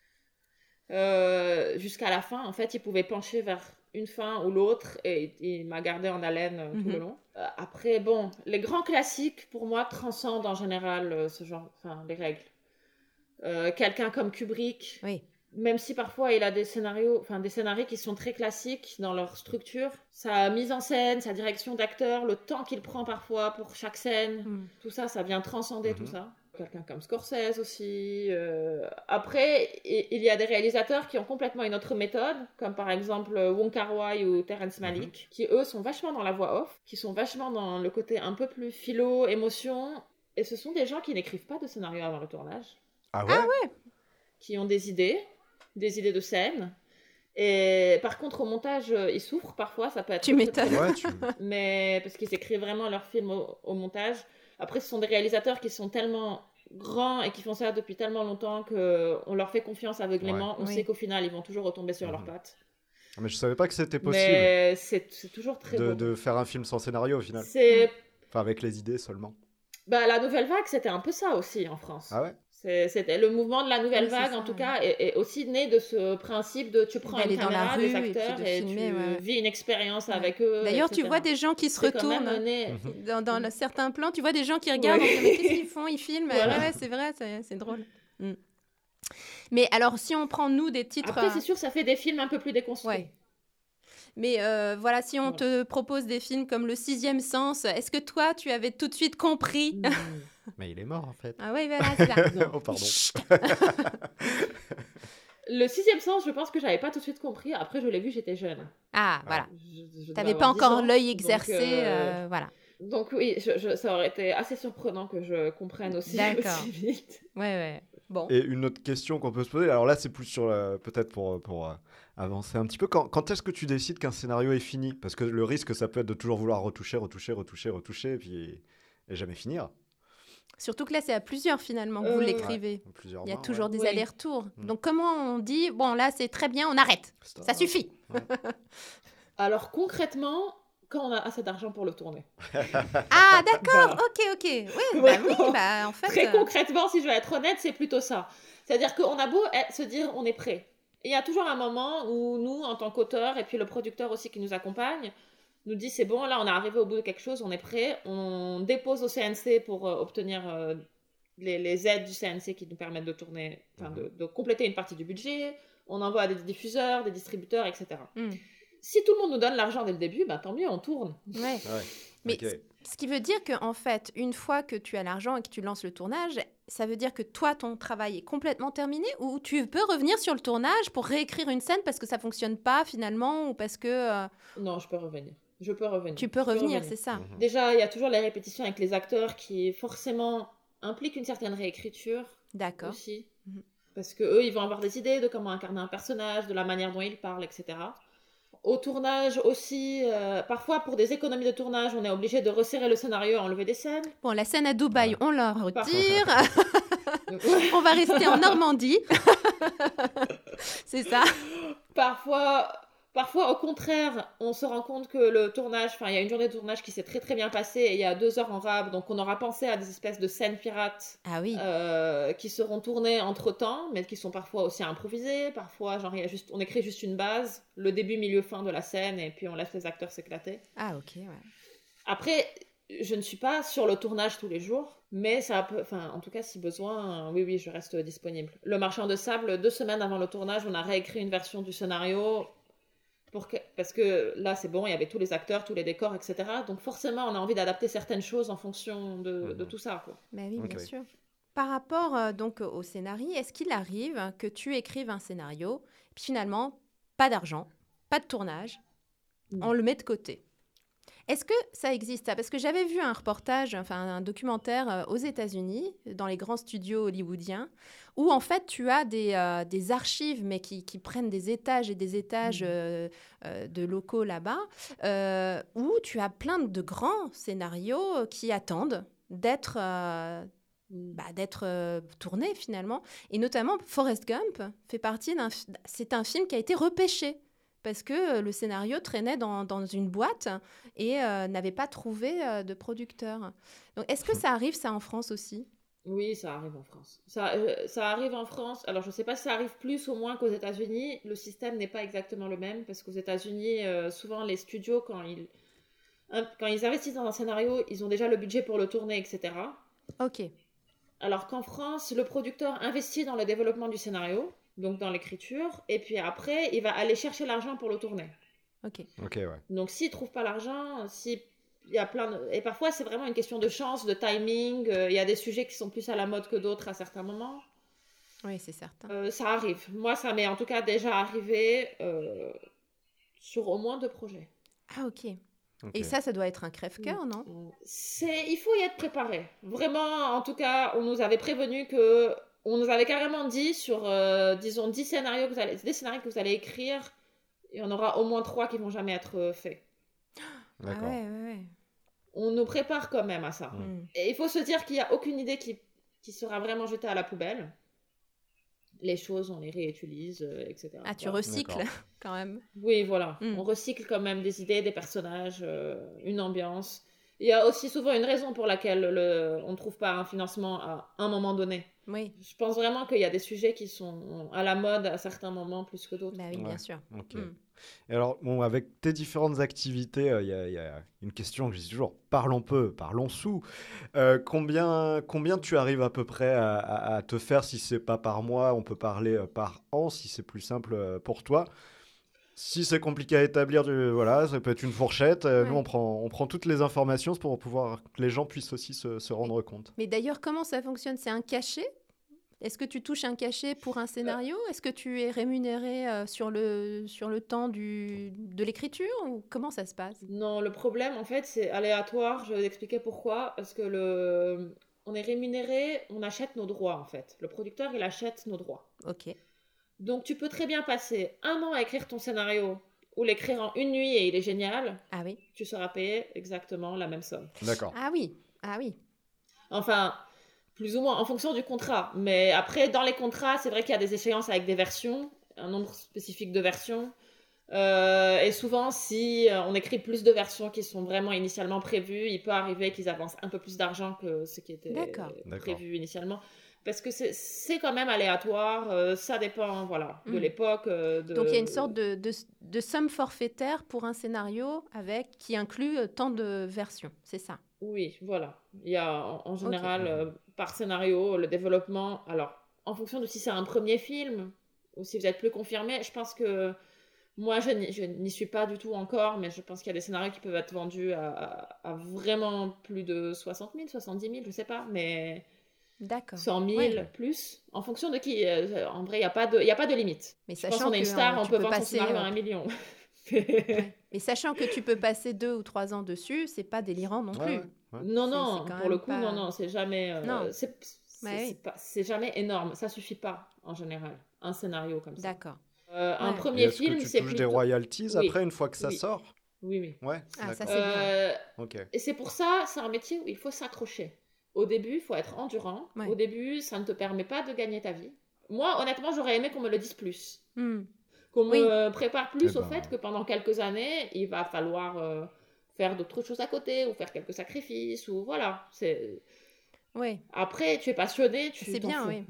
Jusqu'à la fin, en fait, il pouvait pencher vers une fin ou l'autre et il m'a gardé en haleine tout le long. Après, bon, les grands classiques, pour moi, transcendent en général ce genre, les règles. Quelqu'un comme Kubrick, même si parfois il a des scénarios qui sont très classiques dans leur structure, sa mise en scène, sa direction d'acteur, le temps qu'il prend parfois pour chaque scène, tout ça, ça vient transcender tout ça. Quelqu'un comme Scorsese aussi. Après, il y a des réalisateurs qui ont complètement une autre méthode, comme par exemple Wong Kar-wai ou Terrence Malick, qui eux sont vachement dans la voix off, qui sont vachement dans le côté un peu plus philo, émotion. Et ce sont des gens qui n'écrivent pas de scénario avant le tournage. Ah ouais? Qui ont des idées de scène. Et par contre, au montage, ils souffrent parfois, ça peut être... Tu m'étonnes. Mais parce qu'ils écrivent vraiment leur film au montage. Après, ce sont des réalisateurs qui sont tellement grands et qui font ça depuis tellement longtemps qu'on leur fait confiance aveuglément. On sait qu'au final, ils vont toujours retomber sur leurs pattes. Mais je savais pas que c'était possible. Mais c'est toujours très beau. De faire un film sans scénario, au final. Enfin, avec les idées seulement. La Nouvelle Vague, c'était un peu ça aussi en France. Ah ouais? C'était le mouvement de la Nouvelle Vague, en tout cas, est aussi né de ce principe de tu prends une caméra, des acteurs et filmer, tu vis une expérience avec eux. D'ailleurs, tu vois des gens qui se retournent dans certains plans, tu vois des gens qui regardent, mais qu'est-ce qu'ils font? Ils filment. Ouais, c'est vrai, c'est drôle. Mais alors, si on prend nous des titres... Après, c'est sûr, ça fait des films un peu plus déconstruits. Ouais. Mais voilà, si on te propose des films comme Le Sixième Sens, est-ce que toi, tu avais tout de suite compris? Mais il est mort, en fait. Ah oui, voilà, c'est ça. Oh, pardon. Le sixième sens, je pense que j'avais pas tout de suite compris. Après, je l'ai vu, j'étais jeune. Ah, voilà. Je T'avais devais pas avoir 10 encore ans, l'œil donc, exercé, voilà. Donc oui, ça aurait été assez surprenant que je comprenne aussi D'accord. vite. Ouais. Bon. Et une autre question qu'on peut se poser, alors là c'est plus sur peut-être pour avancer un petit peu, quand est-ce que tu décides qu'un scénario est fini? Parce que le risque ça peut être de toujours vouloir retoucher et puis et jamais finir. Surtout que là, c'est à plusieurs finalement que vous l'écrivez. Plusieurs Il y a mains, toujours des Oui. allers-retours. Mm. Donc comment on dit, bon là c'est très bien, on arrête. Stop. Ça suffit. Alors concrètement, quand on a assez d'argent pour le tourner. Ah d'accord, Voilà. ok. Ouais, bah Vraiment. oui, bah en fait... Très concrètement, si je vais être honnête, c'est plutôt ça. C'est-à-dire qu'on a beau se dire on est prêt. Et il y a toujours un moment où nous, en tant qu'auteurs, et puis le producteur aussi qui nous accompagne, nous dit c'est bon, là on est arrivé au bout de quelque chose, on est prêt, on dépose au CNC pour obtenir les aides du CNC qui nous permettent de tourner, de compléter une partie du budget, on envoie à des diffuseurs, des distributeurs, etc. Mm. Si tout le monde nous donne l'argent dès le début, bah, tant mieux, on tourne. Ouais. Ouais. Mais Ok. ce qui veut dire qu'en fait, une fois que tu as l'argent et que tu lances le tournage, ça veut dire que toi, ton travail est complètement terminé ou tu peux revenir sur le tournage pour réécrire une scène parce que ça fonctionne pas finalement ou parce que Non, je peux revenir. Je peux revenir. tu peux Je revenir, c'est ça. Mhm. Déjà, il y a toujours les répétitions avec les acteurs qui forcément impliquent une certaine réécriture D'accord. aussi. Mhm. Parce que eux, ils vont avoir des idées de comment incarner un personnage, de la manière dont ils parlent, etc. Au tournage aussi, parfois pour des économies de tournage, on est obligé de resserrer le scénario, enlever des scènes. Bon, la scène à Dubaï, Ouais. on la retire. Donc, On va rester en Normandie. C'est ça. Parfois, au contraire, on se rend compte que le tournage, enfin, il y a une journée de tournage qui s'est très très bien passée et il y a 2 heures en rab, donc on aura pensé à des espèces de scènes pirates Ah oui. qui seront tournées entre temps, mais qui sont parfois aussi improvisées. Parfois, genre, on écrit juste une base, le début, milieu, fin de la scène, et puis on laisse les acteurs s'éclater. Ah ok, ouais. Après, je ne suis pas sur le tournage tous les jours, mais ça peut, enfin, en tout cas, si besoin, oui, je reste disponible. Le Marchand de Sable, 2 semaines avant le tournage, on a réécrit une version du scénario. Parce que là, c'est bon, il y avait tous les acteurs, tous les décors, etc. Donc forcément, on a envie d'adapter certaines choses en fonction de tout ça, quoi. Bah oui, bien Ok. sûr. Par rapport donc au scénario, est-ce qu'il arrive que tu écrives un scénario, puis finalement, pas d'argent, pas de tournage, on le met de côté? Est-ce que ça existe ça? Parce que j'avais vu un reportage, enfin un documentaire aux États-Unis, dans les grands studios hollywoodiens, où en fait tu as des archives, mais qui prennent des étages et des étages de locaux là-bas, où tu as plein de grands scénarios qui attendent d'être tournés finalement. Et notamment Forrest Gump fait partie c'est un film qui a été repêché. Parce que le scénario traînait dans une boîte et n'avait pas trouvé de producteur. Donc, est-ce que ça arrive, ça, en France aussi? Oui, ça arrive en France. Ça arrive en France. Alors, je ne sais pas si ça arrive plus ou moins qu'aux États-Unis. Le système n'est pas exactement le même parce qu'aux États-Unis, souvent, les studios, quand ils investissent dans un scénario, ils ont déjà le budget pour le tourner, etc. Ok. Alors qu'en France, le producteur investit dans le développement du scénario, donc dans l'écriture, et puis après, il va aller chercher l'argent pour le tourner. Ok. Ok, ouais. Donc, s'il ne trouve pas l'argent, il y a et parfois, c'est vraiment une question de chance, de timing. Il y a des sujets qui sont plus à la mode que d'autres à certains moments. Oui, c'est certain. Ça arrive. Moi, ça m'est en tout cas déjà arrivé sur au moins 2 projets. Ah, ok. Ok. Et ça doit être un crève-cœur, non? Il faut y être préparé. Vraiment, en tout cas, on nous avait prévenu que... On nous avait carrément dit sur, disons, 10 scénarios des scénarios que vous allez écrire, il y en aura au moins 3 qui vont jamais être faits. D'accord. Ah ouais. On nous prépare quand même à ça. Mm. Et il faut se dire qu'il n'y a aucune idée qui sera vraiment jetée à la poubelle. Les choses, on les réutilise, etc. Ah, tu Voilà. recycles D'accord. quand même. Oui, voilà. Mm. On recycle quand même des idées, des personnages, une ambiance. Il y a aussi souvent une raison pour laquelle on ne trouve pas un financement à un moment donné. Oui, Je pense vraiment qu'il y a des sujets qui sont à la mode à certains moments plus que d'autres. bah oui, Ouais. bien sûr. Ok. Mm. Et alors, bon, avec tes différentes activités, il y a une question que je dis toujours, parlons peu, parlons sous. Combien tu arrives à peu près à te faire, si c'est pas par mois, on peut parler par an, si c'est plus simple pour toi. Si c'est compliqué à établir, voilà, ça peut être une fourchette. Ouais. Nous, on prend toutes les informations pour pouvoir que les gens puissent aussi se rendre compte. Mais d'ailleurs, comment ça fonctionne? C'est un cachet? Est-ce que tu touches un cachet pour un scénario ? Est-ce que tu es rémunéré sur le temps de l'écriture ou comment ça se passe ? Non, le problème, en fait, c'est aléatoire. Je vais expliquer pourquoi. Parce que on est rémunéré, on achète nos droits, en fait. Le producteur, il achète nos droits. Ok. Donc, tu peux très bien passer 1 an à écrire ton scénario ou l'écrire en une nuit et il est génial. Ah oui. Tu seras payé exactement la même somme. D'accord. Ah oui. Enfin, plus ou moins en fonction du contrat. Mais après, dans les contrats, c'est vrai qu'il y a des échéances avec des versions, un nombre spécifique de versions. Et souvent, si on écrit plus de versions qui sont vraiment initialement prévues, il peut arriver qu'ils avancent un peu plus d'argent que ce qui était prévu initialement. Parce que c'est quand même aléatoire, ça dépend de l'époque. Donc il y a une sorte de somme forfaitaire pour un scénario qui inclut tant de versions, c'est ça ? Oui, voilà. Il y a en général, par scénario, le développement. Alors, en fonction de si c'est un premier film ou si vous êtes plus confirmé, je pense que moi, je n'y suis pas du tout encore, mais je pense qu'il y a des scénarios qui peuvent être vendus à vraiment plus de 60 000, 70 000, je ne sais pas, mais... D'accord. 100 000 plus, en fonction de qui. En vrai, il n'y a pas de limite. Mais je pense qu'on est une star, on peut vendre son scénario à 1 million. Mais sachant que tu peux passer 2 ou 3 ans dessus, c'est pas délirant non plus. Non, pour le coup, non, c'est jamais... c'est jamais énorme, ça suffit pas, en général, un scénario comme ça. D'accord. Un premier film, c'est plutôt... des royalties après, une fois que ça sort ? Oui. Ouais, ça c'est bien. Okay. Et c'est pour ça, c'est un métier où il faut s'accrocher. Au début, il faut être endurant. Ouais. Au début, ça ne te permet pas de gagner ta vie. Moi, honnêtement, j'aurais aimé qu'on me le dise plus. Qu'on me prépare plus au fait que pendant quelques années, il va falloir faire d'autres choses à côté ou faire quelques sacrifices. Ou voilà. Après, tu es passionné, c'est bien, oui.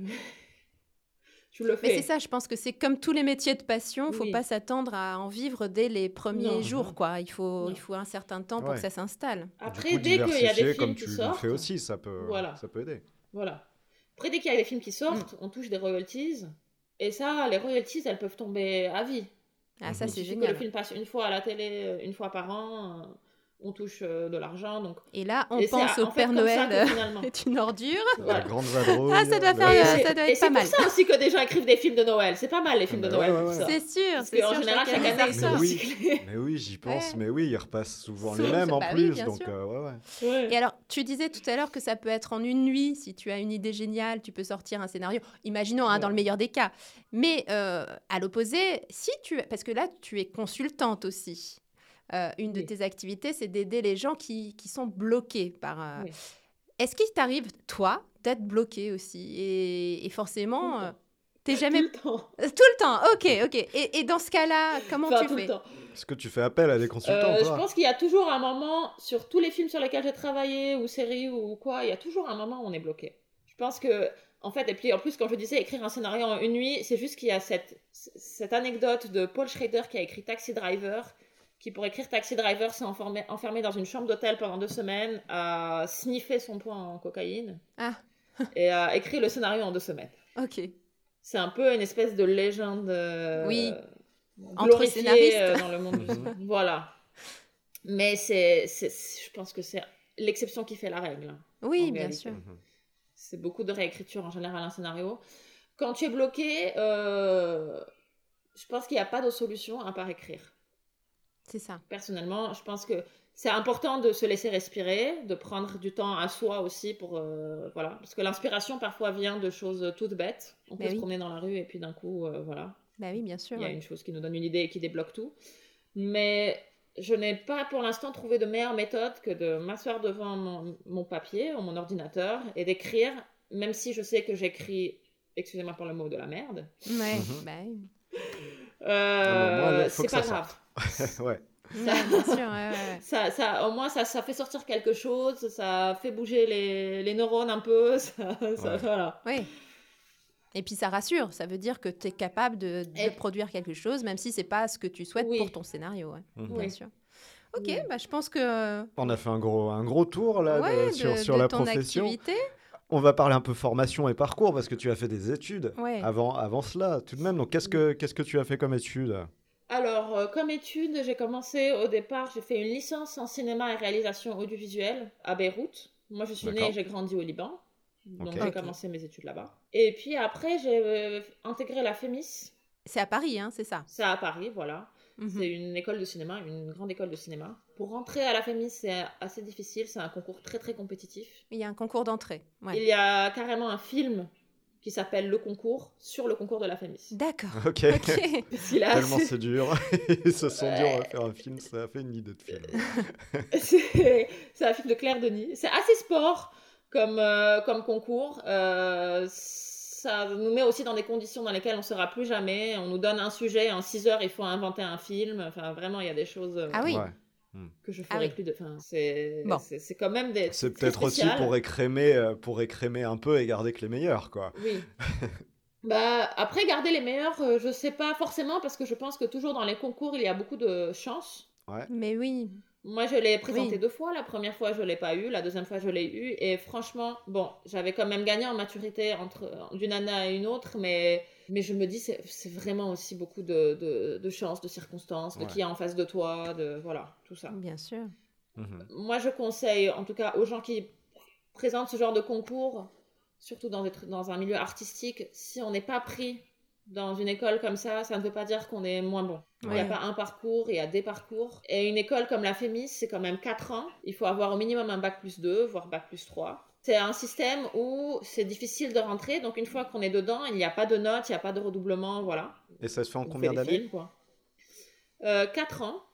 Tu le fais. Mais c'est ça, je pense que c'est comme tous les métiers de passion, il ne faut pas s'attendre à en vivre dès les premiers jours, quoi. Il faut un certain temps pour que ça s'installe. Après, dès qu'il y a des films qui sortent... Comme tu le fais aussi, ça peut aider. Voilà. Après, dès qu'il y a des films qui sortent, on touche des royalties. Et ça, les royalties, elles peuvent tomber à vie. Ah, ça, c'est Que génial. le film passe une fois à la télé, une fois par an... on touche de l'argent. Donc... Et là, on pense au Père Noël est une ordure. La grande vadrouille. Ah, ça doit être pas mal. C'est pour ça aussi que des gens écrivent des films de Noël. C'est pas mal, les films de Noël. C'est sûr. Parce qu'en général, chaque année, ils sont recyclés. Mais oui, j'y pense. Mais oui, ils repassent souvent les mêmes en plus. Donc, Et alors, tu disais tout à l'heure que ça peut être en une nuit. Si tu as une idée géniale, tu peux sortir un scénario. Imaginons, dans le meilleur des cas. Mais à l'opposé, parce que là, tu es consultante aussi. Une de tes activités, c'est d'aider les gens qui sont bloqués par... Est-ce qu'il t'arrive, toi, d'être bloqué aussi ? Et forcément, t'es jamais... Tout le temps, ok. Et dans ce cas-là, comment tu fais ? Est-ce que tu fais appel à des consultants Je pense qu'il y a toujours un moment, sur tous les films sur lesquels j'ai travaillé, ou séries, ou quoi, il y a toujours un moment où on est bloqué. Je pense que... En fait, et puis en plus, quand je disais écrire un scénario en une nuit, c'est juste qu'il y a cette anecdote de Paul Schrader qui a écrit Taxi Driver, qui pour écrire Taxi Driver s'est enfermé dans une chambre d'hôtel pendant 2 semaines, a sniffé son poing en cocaïne et a écrit le scénario en 2 semaines. Ok. C'est un peu une espèce de légende entre scénaristes dans le monde du voilà. Mais je pense que c'est l'exception qui fait la règle. Oui, bien sûr. C'est beaucoup de réécriture en général un scénario. Quand tu es bloqué, je pense qu'il n'y a pas de solution à part écrire. C'est ça. Personnellement, je pense que c'est important de se laisser respirer, de prendre du temps à soi aussi pour voilà, parce que l'inspiration parfois vient de choses toutes bêtes. On peut se promener dans la rue et puis d'un coup voilà. Bah oui, bien sûr. Il y a une chose qui nous donne une idée et qui débloque tout. Mais je n'ai pas pour l'instant trouvé de meilleure méthode que de m'asseoir devant mon papier ou mon ordinateur et d'écrire, même si je sais que j'écris, excusez-moi pour le mot, de la merde. Ouais. C'est pas grave. Ouais. Bien sûr, Ça, au moins, ça fait sortir quelque chose, ça fait bouger les neurones un peu, voilà. Oui. Et puis ça rassure, ça veut dire que tu es capable de produire quelque chose, même si c'est pas ce que tu souhaites pour ton scénario, bien sûr. Ok, je pense que... On a fait un gros tour là, sur la profession. Activité. On va parler un peu formation et parcours, parce que tu as fait des études avant cela, tout de même. Donc, qu'est-ce que tu as fait comme études ? Alors, comme étude, j'ai commencé au départ, j'ai fait une licence en cinéma et réalisation audiovisuelle à Beyrouth. Moi, je suis née et j'ai grandi au Liban. Donc Ok. j'ai commencé mes études là-bas. Et puis après, j'ai intégré la FEMIS. C'est à Paris, hein, c'est ça. C'est à Paris, voilà. Mhm. C'est une école de cinéma, une grande école de cinéma. Pour rentrer à la FEMIS, c'est assez difficile. C'est un concours très très compétitif. Il y a un concours d'entrée. Ouais. Il y a carrément un film qui s'appelle Le Concours sur le concours de la FEMIS. D'accord. Ok. Ok. Il a Tellement assez- c'est dur. Ils se sont dit, on va faire un film, ça a fait une idée de film. c'est un film de Claire Denis. C'est assez sport comme concours. Ça nous met aussi dans des conditions dans lesquelles on ne sera plus jamais. On nous donne un sujet, en 6 heures, il faut inventer un film. Enfin, vraiment, il y a des choses Ah oui. Ouais. que je Ah ferai oui. plus de... Enfin, c'est Bon. c'est quand même des... C'est très peut-être aussi spécial. pour écrémer un peu et garder que les meilleurs, quoi. Oui. Bah, après, garder les meilleurs, je sais pas forcément, parce que je pense que toujours dans les concours, il y a beaucoup de chance. Mais oui. Moi, je l'ai présenté Oui. 2 fois. La première fois, je l'ai pas eu. La deuxième fois, je l'ai eu. Et franchement, bon, j'avais quand même gagné en maturité d'une année à une autre, mais je me dis, c'est vraiment aussi beaucoup de chance, de circonstances, de Ouais. qui est en face de toi, de voilà, tout ça. Bien sûr. Mhm. Moi, je conseille, en tout cas, aux gens qui présentent ce genre de concours, surtout dans un milieu artistique, si on n'est pas pris dans une école comme ça ne veut pas dire qu'on est moins bon. Il n'y a Ouais. pas un parcours, il y a des parcours. Et une école comme la FEMIS, c'est quand même 4 ans. Il faut avoir au minimum un bac plus 2, voire bac plus 3. C'est un système où c'est difficile de rentrer. Donc, une fois qu'on est dedans, il n'y a pas de notes, il n'y a pas de redoublement, voilà. Et ça se fait en On combien fait des d'années films, quoi. 4 ans.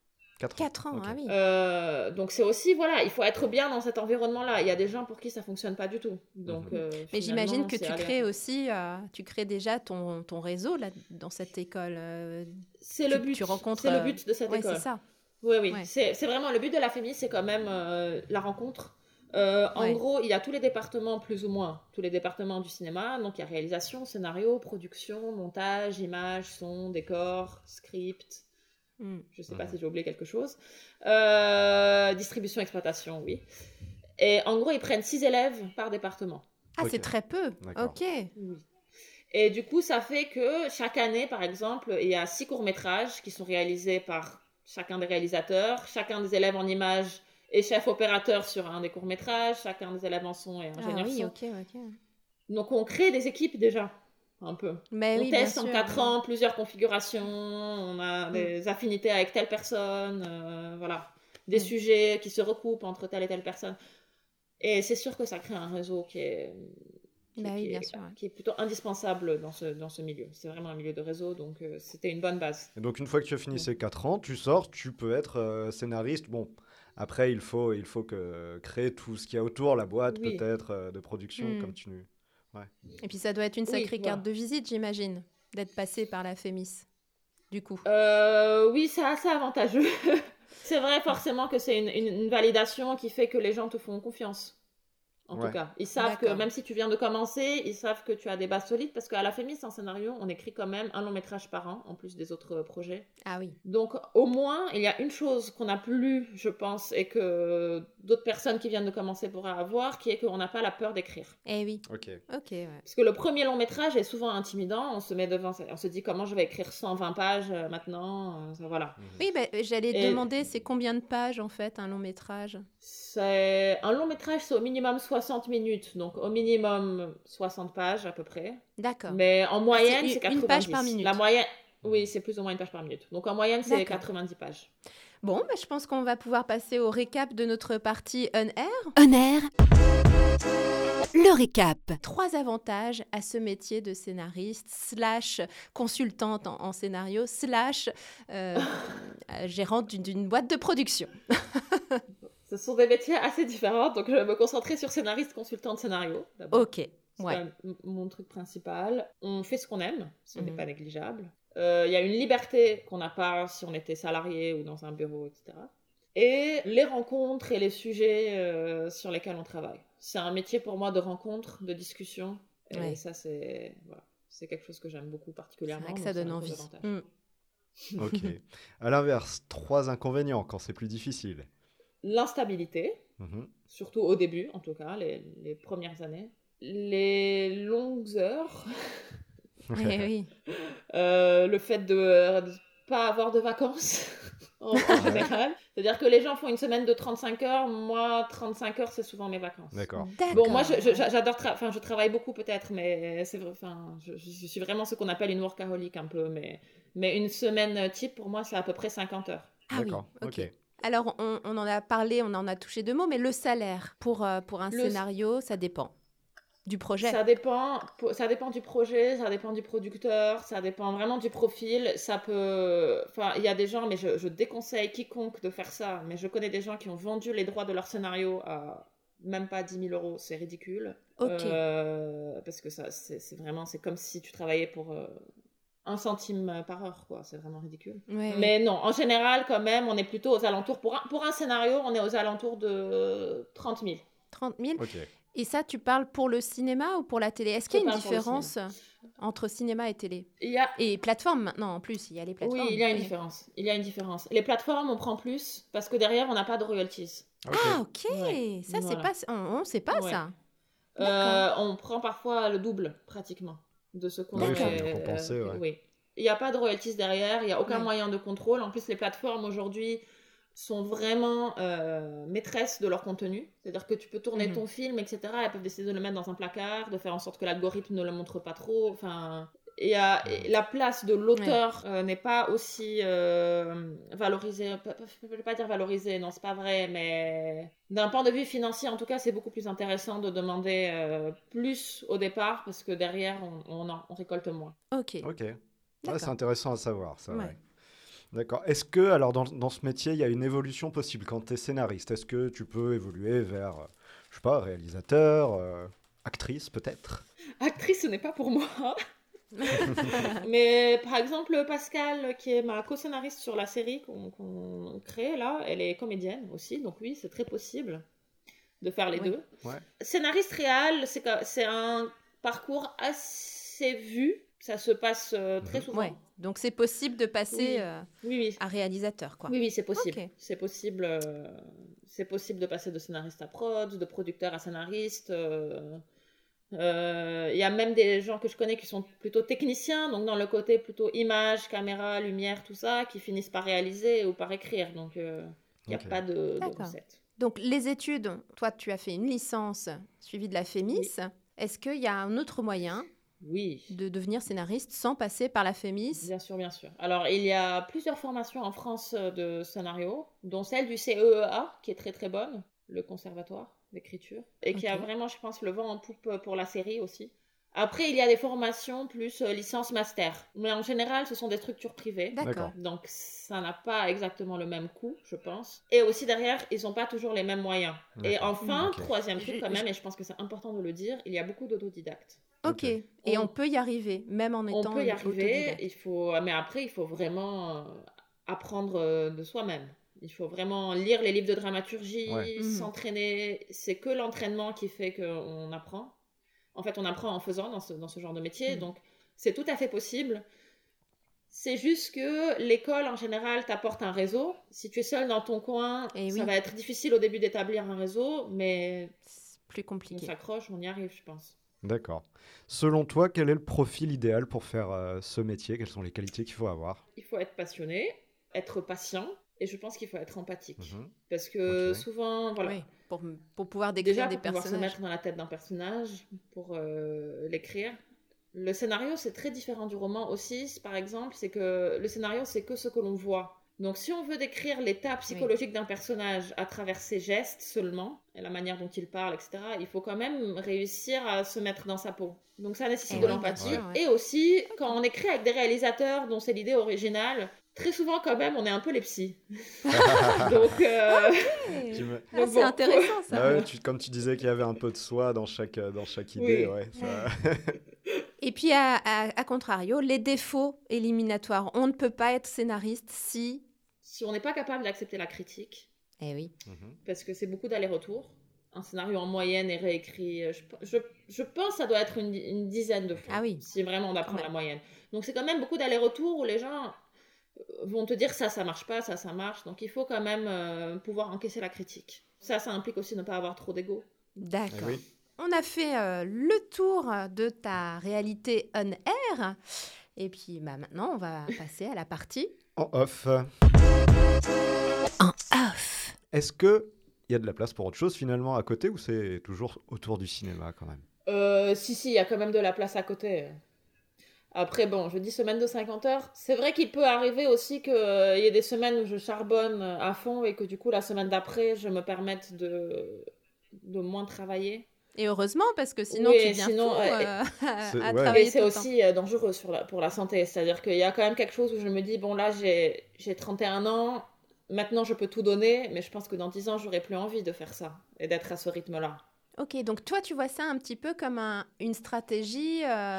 4 ans, Ok. ah oui. Donc c'est aussi, voilà, il faut être bien dans cet environnement-là. Il y a des gens pour qui ça fonctionne pas du tout. Donc, Mais j'imagine finalement, que c'est tu aléatoire. crées aussi, tu crées déjà ton réseau là, dans cette école. C'est le but. Tu rencontres. C'est le but de cette Ouais, école. c'est ça. Oui, oui. Ouais. C'est vraiment le but de la FEMIS, c'est quand même la rencontre. En Ouais. gros, il y a tous les départements, plus ou moins, tous les départements du cinéma. Donc, il y a réalisation, scénario, production, montage, image, son, décor, script. Mm. Je sais pas si j'ai oublié quelque chose. Distribution, exploitation, oui. Et en gros, ils prennent 6 élèves par département. Ah, Ok. c'est très peu. D'accord. Ok. Oui. Et du coup, ça fait que chaque année, par exemple, il y a 6 courts-métrages qui sont réalisés par chacun des réalisateurs. Chacun des élèves en images est chef opérateur sur un des courts-métrages. Chacun des élèves en son est Ah ingénieur oui, son. ok. Donc, on crée des équipes déjà, un peu. Mais On oui, bien teste en sûr. 4 ans plusieurs configurations. On a des affinités avec telle personne. Voilà. Des sujets qui se recoupent entre telle et telle personne. Et c'est sûr que ça crée un réseau qui est... Bah oui, bien sûr, ouais. qui est plutôt indispensable dans ce milieu. C'est vraiment un milieu de réseau, donc c'était une bonne base. Et donc, une fois que tu as fini ces 4 ans, tu sors, tu peux être scénariste. Bon, après, il faut que créer tout ce qu'il y a autour, la boîte Oui. peut-être de production, Mm. comme tu... Et puis ça doit être une Oui, sacrée voilà. carte de visite, j'imagine, d'être passé par la FEMIS. Du coup. Oui, c'est assez avantageux. C'est vrai forcément que c'est une validation qui fait que les gens te font confiance. En Ouais. tout cas, ils savent que D'accord. même si tu viens de commencer, ils savent que tu as des bases solides parce qu'à la FEMIS, en scénario, on écrit quand même un long métrage par an, en plus des autres projets. Ah oui. Donc, au moins, il y a une chose qu'on n'a plus, je pense, et que d'autres personnes qui viennent de commencer pourraient avoir, qui est qu'on n'a pas la peur d'écrire. Eh oui. Ok. Ok, ouais. Parce que le premier long métrage est souvent intimidant. On se met devant, on se dit comment je vais écrire 120 pages maintenant. Voilà. Oui, bah, j'allais Et- demander, c'est combien de pages en fait, un long métrage? C'est un long métrage, c'est au minimum 60 minutes, donc au minimum 60 pages à peu près. D'accord. Mais en moyenne, c'est c'est une 90. page par minute. La moyenne, oui, c'est plus ou moins une page par minute. Donc en moyenne, c'est D'accord. 90 pages. Bon, bah, je pense qu'on va pouvoir passer au récap de notre partie On Air. On Air. Le récap. 3 avantages à ce métier de scénariste / consultante en scénario / gérante d'une boîte de production. Ce sont des métiers assez différents, donc je vais me concentrer sur scénariste, consultant de scénario. D'abord. Ok. C'est Ouais. quand même mon truc principal. On fait ce qu'on aime, ce n'est Mhm. pas négligeable. Il y a une liberté qu'on n'a pas si on était salarié ou dans un bureau, etc. Et les rencontres et les sujets sur lesquels on travaille. C'est un métier pour moi de rencontre, de discussion. Et Ouais. ça, c'est quelque chose que j'aime beaucoup C'est particulièrement. vrai que donc ça c'est donne un gros envie. avantage. Mm. Ok. À l'inverse, 3 inconvénients quand c'est plus difficile. L'instabilité, Mhm. surtout au début, en tout cas, les premières années. Les longues heures. Eh oui. Le fait de pas avoir de vacances en général. C'est-à-dire que les gens font une semaine de 35 heures. Moi, 35 heures, c'est souvent mes vacances. D'accord. Bon, moi, j'adore... je travaille beaucoup peut-être, mais c'est vrai, je suis vraiment ce qu'on appelle une workaholic un peu. Mais une semaine type, pour moi, c'est à peu près 50 heures. Ah D'accord, oui, ok. Alors, on en a parlé, on en a touché 2 mots, mais le salaire pour un scénario, ça dépend du projet. Ça dépend du projet, ça dépend du producteur, ça dépend vraiment du profil. Ça peut... Enfin, il y a des gens, mais je déconseille quiconque de faire ça, mais je connais des gens qui ont vendu les droits de leur scénario à même pas 10 000 €, c'est ridicule. Ok. Parce que ça, c'est vraiment... C'est comme si tu travaillais pour... 1 centime par heure, quoi. C'est vraiment ridicule. Ouais, Mais non, en général, quand même, on est plutôt aux alentours... Pour un scénario, on est aux alentours de 30 000. 30 000. Ok. Et ça, tu parles pour le cinéma ou pour la télé? Est-ce qu'il y a une Je parle pour le différence entre cinéma et télé? Il y a... Et plateforme maintenant, en plus, il y a les plateformes. Oui, il y a une différence. Il y a une différence. Les plateformes, on prend plus parce que derrière, on n'a pas de royalties. Ok. Ah, ok. Ouais. Ça, c'est Voilà. pas... On ne sait pas Ouais. ça. On prend parfois le double, pratiquement, de ce qu'on Oui, D'accord. aurait... faut compenser, ouais. Oui. Il n'y a pas de royalties derrière, il n'y a aucun Ouais. moyen de contrôle. En plus, les plateformes, aujourd'hui, sont vraiment maîtresses de leur contenu. C'est-à-dire que tu peux tourner ton film, etc. Elles peuvent décider de le mettre dans un placard, de faire en sorte que l'algorithme ne le montre pas trop. Enfin, et la place de l'auteur n'est pas aussi valorisée. Je ne peux pas dire valorisée, non, c'est pas vrai, mais d'un point de vue financier, en tout cas, c'est beaucoup plus intéressant de demander plus au départ parce que derrière, on récolte moins. Ok. Ok. Ouais, D'accord. c'est intéressant à savoir, ça. Ouais. Ouais. D'accord. Est-ce que, alors, dans ce métier, il y a une évolution possible quand tu es scénariste? Est-ce que tu peux évoluer vers, je sais pas, réalisateur, actrice, peut-être? Actrice, ce n'est pas pour moi. Mais par exemple, Pascal, qui est ma co-scénariste sur la série qu'on crée là, elle est comédienne aussi, donc oui, c'est très possible de faire les deux. Ouais. Scénariste réal, c'est un parcours assez vu, ça se passe très souvent. Ouais. Donc, c'est possible de passer Oui. à réalisateur, quoi. Oui, c'est possible. Ok. C'est possible de passer de scénariste à prod, de producteur à scénariste. Il y a même des gens que je connais qui sont plutôt techniciens, donc dans le côté plutôt image, caméra, lumière, tout ça, qui finissent par réaliser ou par écrire. Donc, il n'y a Ok. pas de D'accord. recette. Donc, les études, toi, tu as fait une licence suivie de la FEMIS. Est-ce qu'il y a un autre moyen Oui. de devenir scénariste sans passer par la FEMIS? Bien sûr, bien sûr. Alors, il y a plusieurs formations en France de scénario, dont celle du CEEA, qui est très très bonne, le conservatoire d'écriture, et qui a Ok. vraiment, je pense, le vent en poupe pour la série aussi. Après, il y a des formations plus licence master, mais en général, ce sont des structures privées. D'accord. Donc, ça n'a pas exactement le même coût, je pense. Et aussi, derrière, ils n'ont pas toujours les mêmes moyens. Et D'accord. enfin, Ok. troisième truc quand même, et je pense que c'est important de le dire, il y a beaucoup d'autodidactes. Ok. Et on peut y arriver, même en étant On peut y arriver, autodidacte. mais après, il faut vraiment apprendre de soi-même. Il faut vraiment lire les livres de dramaturgie, Ouais. s'entraîner. C'est que l'entraînement qui fait qu'on apprend. En fait, on apprend en faisant dans ce genre de métier. Donc, c'est tout à fait possible. C'est juste que l'école, en général, t'apporte un réseau. Si tu es seul dans ton coin, Et ça oui. va être difficile au début d'établir un réseau, mais C'est plus on compliqué. s'accroche, on y arrive, je pense. D'accord. Selon toi, quel est le profil idéal pour faire ce métier? Quelles sont les qualités qu'il faut avoir? Il faut être passionné, être patient, et je pense qu'il faut être empathique. Mhm. Parce que Ok. souvent, voilà, Oui, pour pouvoir décrire déjà des pour pouvoir se personnages. mettre dans la tête d'un personnage, pour l'écrire. Le scénario, c'est très différent du roman aussi, par exemple, c'est que le scénario, c'est que ce que l'on voit. Donc si on veut décrire l'état psychologique d'un personnage à travers ses gestes seulement, et la manière dont il parle, etc., il faut quand même réussir à se mettre dans sa peau. Donc ça nécessite Eh de oui, l'empathie. bien sûr, ouais. Et aussi, quand on écrit avec des réalisateurs dont c'est l'idée originale, très souvent quand même, on est un peu les psys. Donc, Tu me- Ah, donc c'est bon. intéressant ça. Ah ouais, comme tu disais qu'il y avait un peu de soi dans chaque idée, Oui. ouais, ça- Et puis, à contrario, les défauts éliminatoires. On ne peut pas être scénariste si... Si on n'est pas capable d'accepter la critique, Eh oui. Mhm. parce que c'est beaucoup d'allers-retours. Un scénario en moyenne est réécrit, je pense que ça doit être une dizaine de fois, Ah oui. si vraiment on apprend Quand la même. moyenne. Donc c'est quand même beaucoup d'allers-retours où les gens vont te dire ça marche pas, ça marche. Donc il faut quand même pouvoir encaisser la critique. Ça implique aussi ne pas avoir trop d'ego. D'accord. Eh oui. On a fait le tour de ta réalité on-air. Et puis maintenant, on va passer à la partie En off. En off. Est-ce qu'il y a de la place pour autre chose finalement à côté ou c'est toujours autour du cinéma quand même? Si, il y a quand même de la place à côté. Après, bon, je dis semaine de 50 heures. C'est vrai qu'il peut arriver aussi qu'il y ait des semaines où je charbonne à fond et que du coup, la semaine d'après, je me permette de moins travailler. Et heureusement, parce que sinon Oui, tu deviens sinon, fou à ouais. travailler Et c'est tout le temps. aussi dangereux pour la santé. C'est-à-dire qu'il y a quand même quelque chose où je me dis, bon là, j'ai 31 ans, maintenant je peux tout donner, mais je pense que dans 10 ans, j'aurai plus envie de faire ça et d'être à ce rythme-là. Ok, donc toi, tu vois ça un petit peu comme une stratégie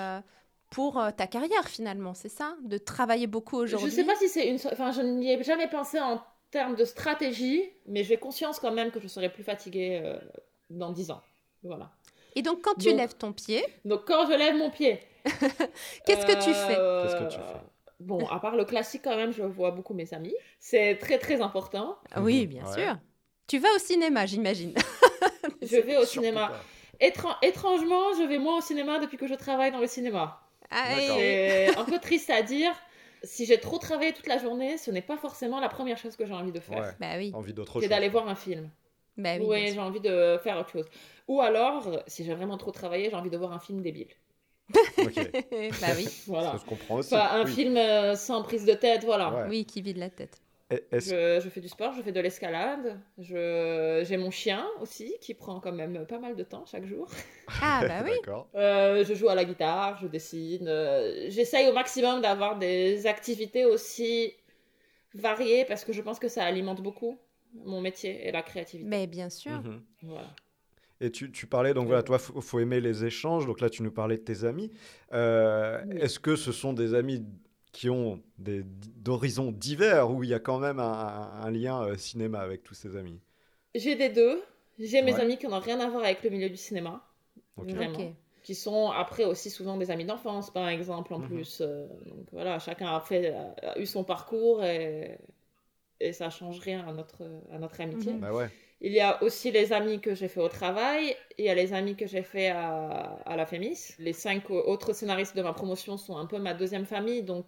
pour ta carrière, finalement, c'est ça? De travailler beaucoup aujourd'hui? Je sais pas si c'est une... Enfin, je n'y ai jamais pensé en termes de stratégie, mais j'ai conscience quand même que je serai plus fatiguée dans 10 ans. Voilà. Et donc, quand tu lèves ton pied, Donc, quand je lève mon pied... qu'est-ce que tu fais? Qu'est-ce que tu fais? Bon, à part le classique, quand même, je vois beaucoup mes amis. C'est très, très important. Oui, bien sûr. Tu vas au cinéma, j'imagine. Je vais au Surtout cinéma. pas. Étrangement, je vais moins au cinéma depuis que je travaille dans le cinéma. Ah, D'accord. C'est un peu triste à dire. Si j'ai trop travaillé toute la journée, ce n'est pas forcément la première chose que j'ai envie de faire. Ouais. Bah oui. Envie d'autre C'est chose. d'aller voir un film. Bah oui, Oui, bien j'ai sûr. envie de faire autre chose. Ou alors, si j'ai vraiment trop travaillé, j'ai envie de voir un film débile. Ok. Bah oui. Voilà. Ça se comprend aussi. Enfin, un Oui. film sans prise de tête, voilà. Ouais. Oui, qui vide la tête. Je fais du sport, je fais de l'escalade. J'ai mon chien aussi, qui prend quand même pas mal de temps chaque jour. Ah bah oui. D'accord. Je joue à la guitare, je dessine. J'essaye au maximum d'avoir des activités aussi variées, parce que je pense que ça alimente beaucoup mon métier et la créativité. Mais bien sûr. Mhm. Voilà. Et tu parlais, donc voilà, toi, faut aimer les échanges. Donc là, tu nous parlais de tes amis. Oui. Est-ce que ce sont des amis qui ont d'horizons divers ou il y a quand même un lien cinéma avec tous ces amis? J'ai des deux. J'ai mes Ouais. amis qui n'ont rien à voir avec le milieu du cinéma. Ok. Vraiment. Ok. Qui sont après aussi souvent des amis d'enfance, par exemple, en Mhm. plus. Donc voilà, chacun a eu son parcours et ça change rien à notre amitié. Mhm. Bah ouais. Il y a aussi les amis que j'ai fait au travail, il y a les amis que j'ai fait à la Fémis. Les 5 autres scénaristes de ma promotion sont un peu ma deuxième famille, donc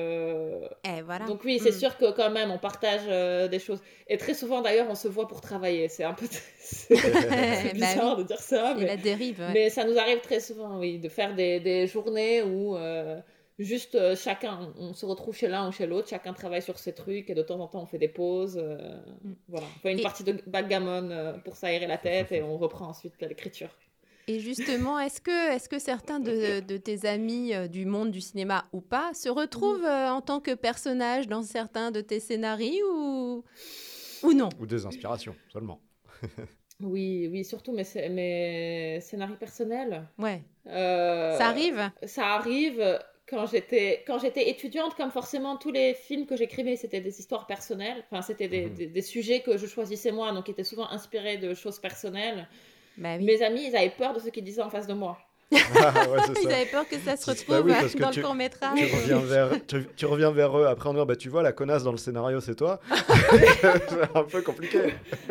Et voilà. donc oui, c'est Mm. sûr que quand même on partage des choses. Et très souvent d'ailleurs on se voit pour travailler, c'est un peu c'est Bah bizarre oui. de dire ça, C'est la dérive. Ouais. mais ça nous arrive très souvent, oui, de faire des journées où juste chacun, on se retrouve chez l'un ou chez l'autre, chacun travaille sur ses trucs et de temps en temps on fait des pauses. Voilà, on fait une Et- partie de backgammon pour s'aérer la tête et on reprend ensuite l'écriture. Et justement, est-ce que certains de tes amis du monde du cinéma ou pas se retrouvent en tant que personnages dans certains de tes scénarios ou non? Ou des inspirations seulement. Oui, surtout mes scénarios personnels. Ouais. Ça Ça arrive? arrive quand j'étais étudiante, comme forcément tous les films que j'écrivais, c'était des histoires personnelles. Enfin, c'était des sujets que je choisissais moi, donc qui étaient souvent inspirés de choses personnelles. Bah oui. Mes amis, ils avaient peur de ce qu'ils disaient en face de moi. Ah, ouais, c'est Ils ça. avaient peur que ça se Bah retrouve oui, parce que dans tu- le court-métrage. Tu reviens vers eux après en disant bah tu vois la connasse dans le scénario c'est toi. C'est un peu compliqué.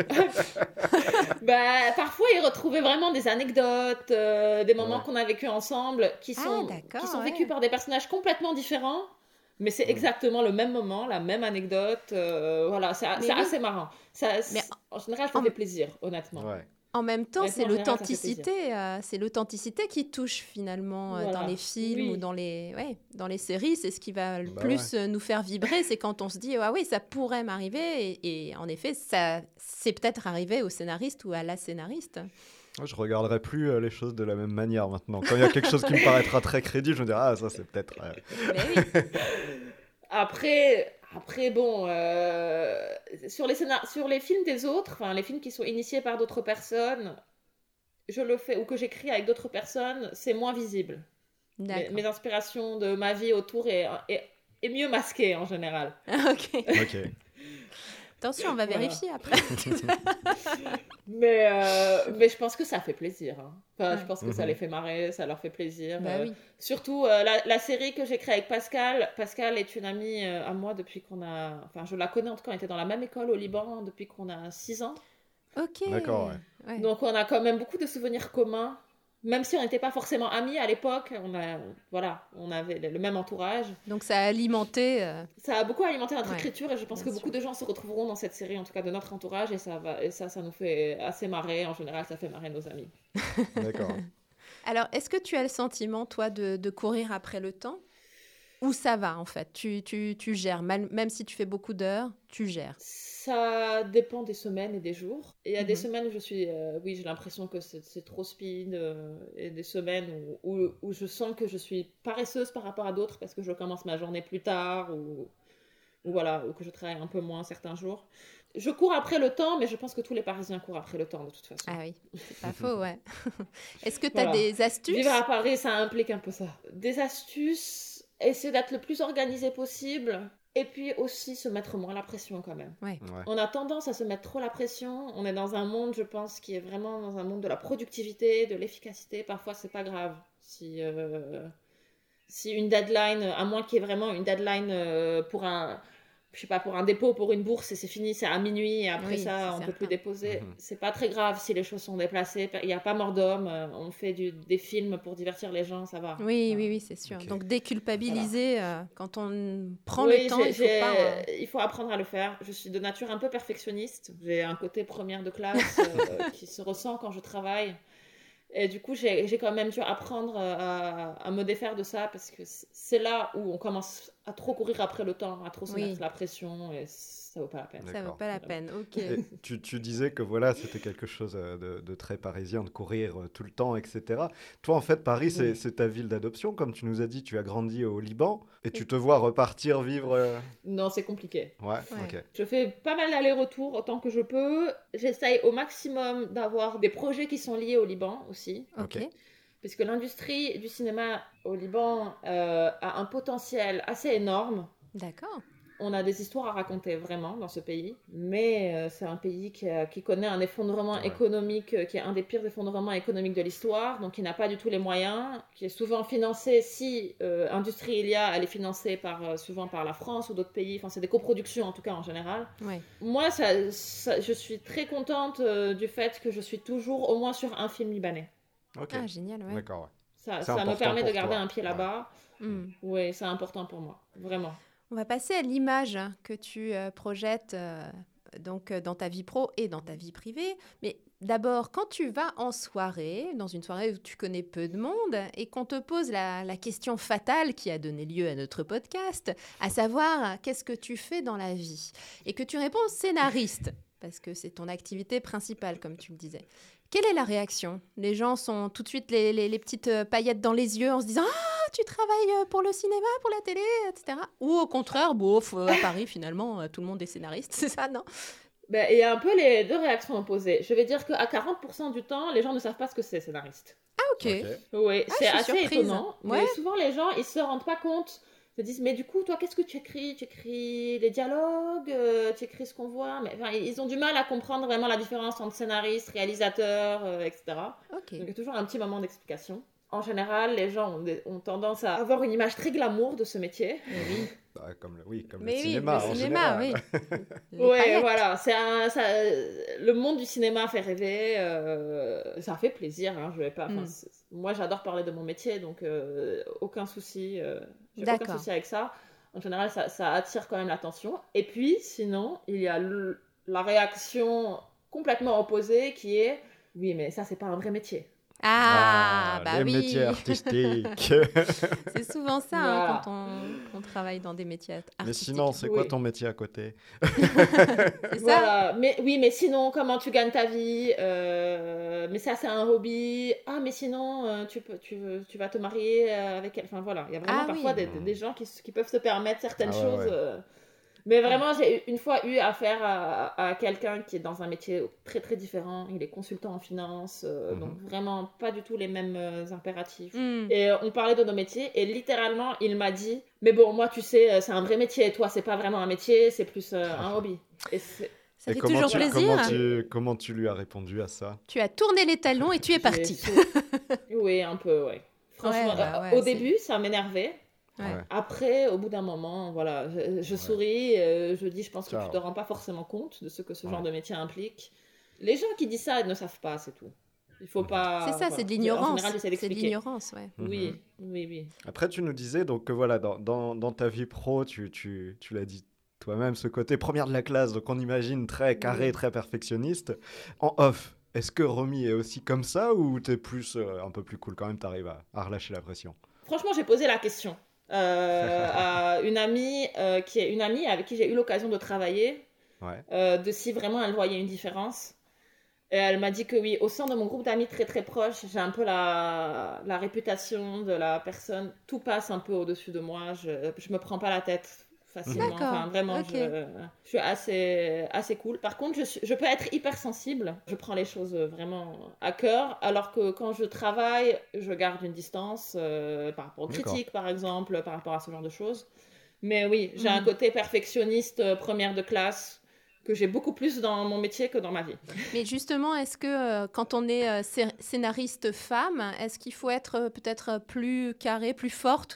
Bah, parfois, ils retrouvaient vraiment des anecdotes, des moments Ouais. qu'on a vécu ensemble, qui Ah, sont d'accord, vécus ouais. par des personnages complètement différents, mais c'est exactement le même moment, la même anecdote. Voilà, c'est Mais oui. assez marrant. Mais En général, ça en- fait plaisir, honnêtement. Ouais. En même temps, Honnêtement, c'est en général, ça fait l'authenticité. C'est l'authenticité qui touche finalement dans Voilà. les films Oui. ou dans les séries. C'est ce qui va le Bah plus nous faire vibrer. C'est quand on se dit ah oui, ça pourrait m'arriver. Et en effet, ça c'est peut-être arrivé au scénariste ou à la scénariste. Moi, je regarderai plus les choses de la même manière maintenant. Quand il y a quelque chose qui me paraîtra très crédible, je me dirai ah ça c'est peut-être. Mais oui. Après, bon, sur les films des autres, enfin les films qui sont initiés par d'autres personnes, je le fais, ou que j'écris avec d'autres personnes, c'est moins visible. D'accord. Mes inspirations de ma vie autour est mieux masquée en général. Ok. Ok. Attention, on va Voilà. vérifier après. Mais je pense que ça fait plaisir. Hein. Enfin, je pense que ça Mhm. les fait marrer, ça leur fait plaisir. Bah oui. Surtout la série que j'ai créée avec Pascal. Pascal est une amie à moi depuis qu'on a... Enfin, je la connais en tout cas, on était dans la même école au Liban depuis qu'on a 6 ans. Ok. D'accord, ouais. Ouais. Donc on a quand même beaucoup de souvenirs communs. Même si on n'était pas forcément amis à l'époque, on avait le même entourage. Donc ça a alimenté... Ça a beaucoup alimenté notre Ouais, écriture et je pense bien que beaucoup de gens se retrouveront dans cette série, en tout cas de notre entourage, et ça nous fait assez marrer. En général, ça fait marrer nos amis. D'accord. Alors, est-ce que tu as le sentiment, toi, de courir après le temps ? Ou ça va, en fait ? Tu gères, même si tu fais beaucoup d'heures, tu gères. Ça dépend des semaines et des jours. Et il y a des Mhm. semaines où je suis... j'ai l'impression que c'est trop speed. Et des semaines où je sens que je suis paresseuse par rapport à d'autres parce que je commence ma journée plus tard ou que je travaille un peu moins certains jours. Je cours après le temps, mais je pense que tous les Parisiens courent après le temps de toute façon. Ah oui, c'est pas faux, ouais. Est-ce que tu as Voilà. des astuces ? Vivre à Paris, ça implique un peu ça. Des astuces, essayer d'être le plus organisé possible. Et puis aussi se mettre moins la pression quand même. Ouais. Ouais. On a tendance à se mettre trop la pression. On est dans un monde, je pense, qui est vraiment dans un monde de la productivité, de l'efficacité. Parfois, c'est pas grave. Si une deadline, à moins qu'il y ait vraiment une deadline pour un dépôt, pour une bourse, et c'est fini, c'est à minuit, et après Oui, ça, c'est on peut certain. plus déposer. Mhm. C'est pas très grave si les choses sont déplacées. Il n'y a pas mort d'homme. On fait des films pour divertir les gens, ça va. Oui, Voilà. oui, c'est sûr. Ok. Donc déculpabiliser quand on prend Oui, le temps, il faut pas... il faut apprendre à le faire. Je suis de nature un peu perfectionniste. J'ai un côté première de classe qui se ressent quand je travaille. Et du coup, j'ai quand même dû apprendre à me défaire de ça parce que c'est là où on commence à trop courir après le temps, à trop se Oui. mettre la pression et ça vaut pas la peine. Ça D'accord. vaut pas la peine, ok. Et tu disais que voilà, c'était quelque chose de très parisien, de courir tout le temps, etc. Toi, en fait, Paris, Oui. c'est ta ville d'adoption. Comme tu nous as dit, tu as grandi au Liban et tu te vois repartir vivre... Non, c'est compliqué. Ouais, Ouais. ok. Je fais pas mal d'allers-retours autant que je peux. J'essaye au maximum d'avoir des projets qui sont liés au Liban aussi. Ok. Parce que l'industrie du cinéma au Liban a un potentiel assez énorme. D'accord. On a des histoires à raconter vraiment dans ce pays, mais c'est un pays qui connaît un effondrement Ouais. économique, qui est un des pires effondrements économiques de l'histoire, donc qui n'a pas du tout les moyens, qui est souvent financé, si industrie il y a, elle est financée souvent par la France ou d'autres pays, enfin c'est des coproductions en tout cas en général. Ouais. Moi, je suis très contente du fait que je suis toujours au moins sur un film libanais. Ok. Ah, génial, ouais. D'accord, ouais. Ça C'est me important permet de pour garder toi. un pied Ouais. là-bas. Hmm. Oui, c'est important pour moi, vraiment. On va passer à l'image que tu projettes donc dans ta vie pro et dans ta vie privée. Mais d'abord, quand tu vas en soirée, dans une soirée où tu connais peu de monde, et qu'on te pose la question fatale qui a donné lieu à notre podcast, à savoir qu'est-ce que tu fais dans la vie, et que tu réponds scénariste, parce que c'est ton activité principale, comme tu le disais. Quelle est la réaction ? Les gens sont tout de suite les petites paillettes dans les yeux en se disant « Ah, tu travailles pour le cinéma, pour la télé, etc. » Ou au contraire, bof, à Paris, finalement, tout le monde est scénariste, c'est ça, non ? Ben, il y a un peu les deux réactions opposées. Je vais dire qu'à 40% du temps, les gens ne savent pas ce que c'est scénariste. Ah, ok. Oui, Ah, c'est je suis assez surprise. étonnant. Ouais. Mais souvent, les gens, ils se rendent pas compte. Ils se disent, mais du coup, toi, qu'est-ce que tu écris ? Tu écris les dialogues, tu écris ce qu'on voit. Mais, enfin, ils ont du mal à comprendre vraiment la différence entre scénariste, réalisateur, etc. Ok. Donc, il y a toujours un petit moment d'explication. En général, les gens ont tendance à avoir une image très glamour de ce métier. Mais oui. Ah, comme le Mais oui, cinéma, le en cinéma, général. oui. Les Ouais, paillettes. voilà, le monde du cinéma fait rêver, ça fait plaisir, hein, je vais pas, Mm. moi j'adore parler de mon métier, donc aucun souci, j'ai D'accord. aucun souci avec ça. En général, ça attire quand même l'attention. Et puis, sinon, il y a la réaction complètement opposée qui est, oui, mais ça, c'est pas un vrai métier. Ah, bah les oui. métiers artistiques. C'est souvent ça hein, Voilà. quand on travaille dans des métiers artistiques. Mais sinon, c'est quoi Oui. ton métier à côté ? C'est ça. Voilà, mais sinon, comment tu gagnes ta vie mais ça, c'est un hobby. Ah, mais sinon, tu vas te marier avec elle. Enfin, voilà, il y a vraiment Ah, parfois oui. des gens qui peuvent se permettre certaines Ah ouais, choses. ouais. Mais vraiment, j'ai une fois eu affaire à quelqu'un qui est dans un métier très, très différent. Il est consultant en finance, donc vraiment pas du tout les mêmes impératifs. Mm. Et on parlait de nos métiers, et littéralement, il m'a dit « Mais bon, moi, tu sais, c'est un vrai métier. Toi, c'est pas vraiment un métier, c'est plus un hobby. » Et Ça Et fait comment toujours plaisir. comment tu lui as répondu à ça ? Tu as tourné les talons et tu es parti. Oui, un peu, ouais. Franchement, Ouais, bah ouais, au c'est- début, ça m'énervait. Ouais. Ouais. Après, au bout d'un moment, voilà, je souris, je dis, je pense que Ciao. tu te rends pas forcément compte de ce que ce genre Ouais. de métier implique. Les gens qui disent ça, ils ne savent pas, c'est tout. Il faut pas... C'est ça, voilà. c'est de En l'ignorance. général, j'essaie C'est de d'expliquer. l'ignorance, ouais. Oui. Après, tu nous disais donc que voilà, dans ta vie pro, tu l'as dit toi-même, ce côté première de la classe, donc on imagine très carré, Oui. très perfectionniste. En off, est-ce que Romy est aussi comme ça ou t'es plus un peu plus cool quand même, t'arrives à relâcher la pression? Franchement, j'ai posé la question à une amie qui est une amie avec qui j'ai eu l'occasion de travailler, de si vraiment elle voyait une différence. Et elle m'a dit que oui, au sein de mon groupe d'amis très très proche, j'ai un peu la réputation de la personne, tout passe un peu au-dessus de moi, je me prends pas la tête facilement. D'accord, Enfin, vraiment, ok. je suis assez cool. Par contre, je peux être hypersensible, je prends les choses vraiment à cœur, alors que quand je travaille, je garde une distance par rapport aux critiques, par exemple, par rapport à ce genre de choses. Mais oui, j'ai un côté perfectionniste première de classe, que j'ai beaucoup plus dans mon métier que dans ma vie. Mais justement, est-ce que quand on est scénariste femme, est-ce qu'il faut être peut-être plus carré, plus forte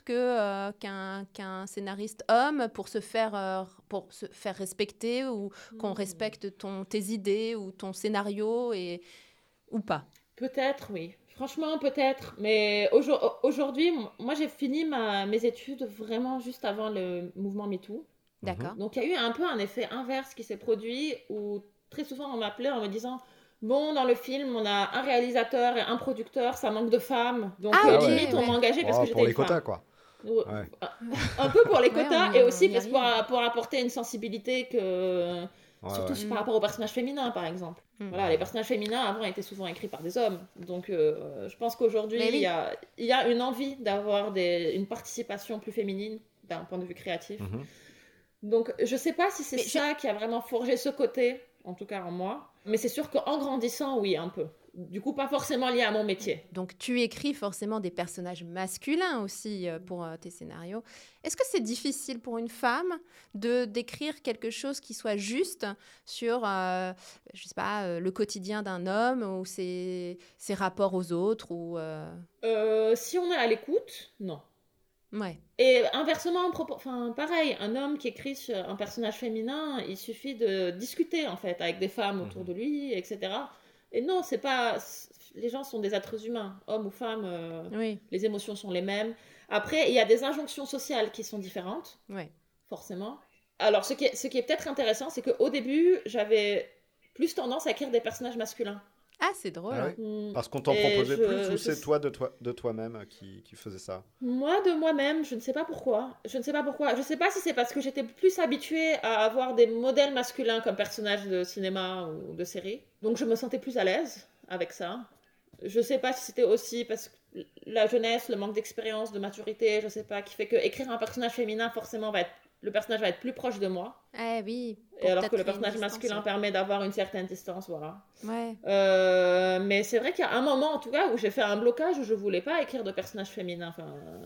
qu'un scénariste homme pour se faire respecter ou qu'on respecte tes idées ou ton scénario ou pas? Peut-être, oui. Franchement, peut-être. Mais aujourd'hui, moi, j'ai fini mes études vraiment juste avant le mouvement MeToo. D'accord. Donc, il y a eu un peu un effet inverse qui s'est produit où très souvent, on m'appelait en me disant « Bon, dans le film, on a un réalisateur et un producteur, ça manque de femmes. Donc, limite, on m'a engagée parce que j'étais pour les une femme. » quotas, quoi. Ouais. Un peu pour les quotas et aussi parce arrive. pour apporter une sensibilité que... Surtout par rapport aux personnages féminins, par exemple. Voilà, les personnages féminins, avant, étaient souvent écrits par des hommes. Donc, je pense qu'aujourd'hui, il y a une envie d'avoir une participation plus féminine d'un point de vue créatif. Donc, je sais pas si c'est ça qui a vraiment forgé ce côté, en tout cas en moi. Mais c'est sûr qu'en grandissant, oui, un peu. Du coup, pas forcément lié à mon métier. Donc, tu écris forcément des personnages masculins aussi pour tes scénarios. Est-ce que c'est difficile pour une femme d'écrire quelque chose qui soit juste sur, je sais pas, le quotidien d'un homme ou ses rapports aux autres ou Si on est à l'écoute, non. Ouais. Et inversement, pareil, un homme qui écrit sur un personnage féminin, il suffit de discuter en fait avec des femmes autour de lui, etc. Et non, c'est pas. Les gens sont des êtres humains, hommes ou femmes. Les émotions sont les mêmes. Après, il y a des injonctions sociales qui sont différentes, forcément. Alors, ce qui est peut-être intéressant, c'est qu'au début, j'avais plus tendance à écrire des personnages masculins. Ah, c'est drôle. Ah parce qu'on t'en proposait plus ou c'est toi de toi-même qui faisais ça? Moi, de moi-même, je ne sais pas pourquoi. Je ne sais pas si c'est parce que j'étais plus habituée à avoir des modèles masculins comme personnages de cinéma ou de série. Donc, je me sentais plus à l'aise avec ça. Je ne sais pas si c'était aussi parce que la jeunesse, le manque d'expérience, de maturité, je ne sais pas, qui fait que écrire un personnage féminin, forcément, le personnage va être plus proche de moi. Oui. Et alors que le personnage masculin permet d'avoir une certaine distance, voilà. Ouais. Mais c'est vrai qu'il y a un moment, en tout cas, où j'ai fait un blocage où je voulais pas écrire de personnage féminin.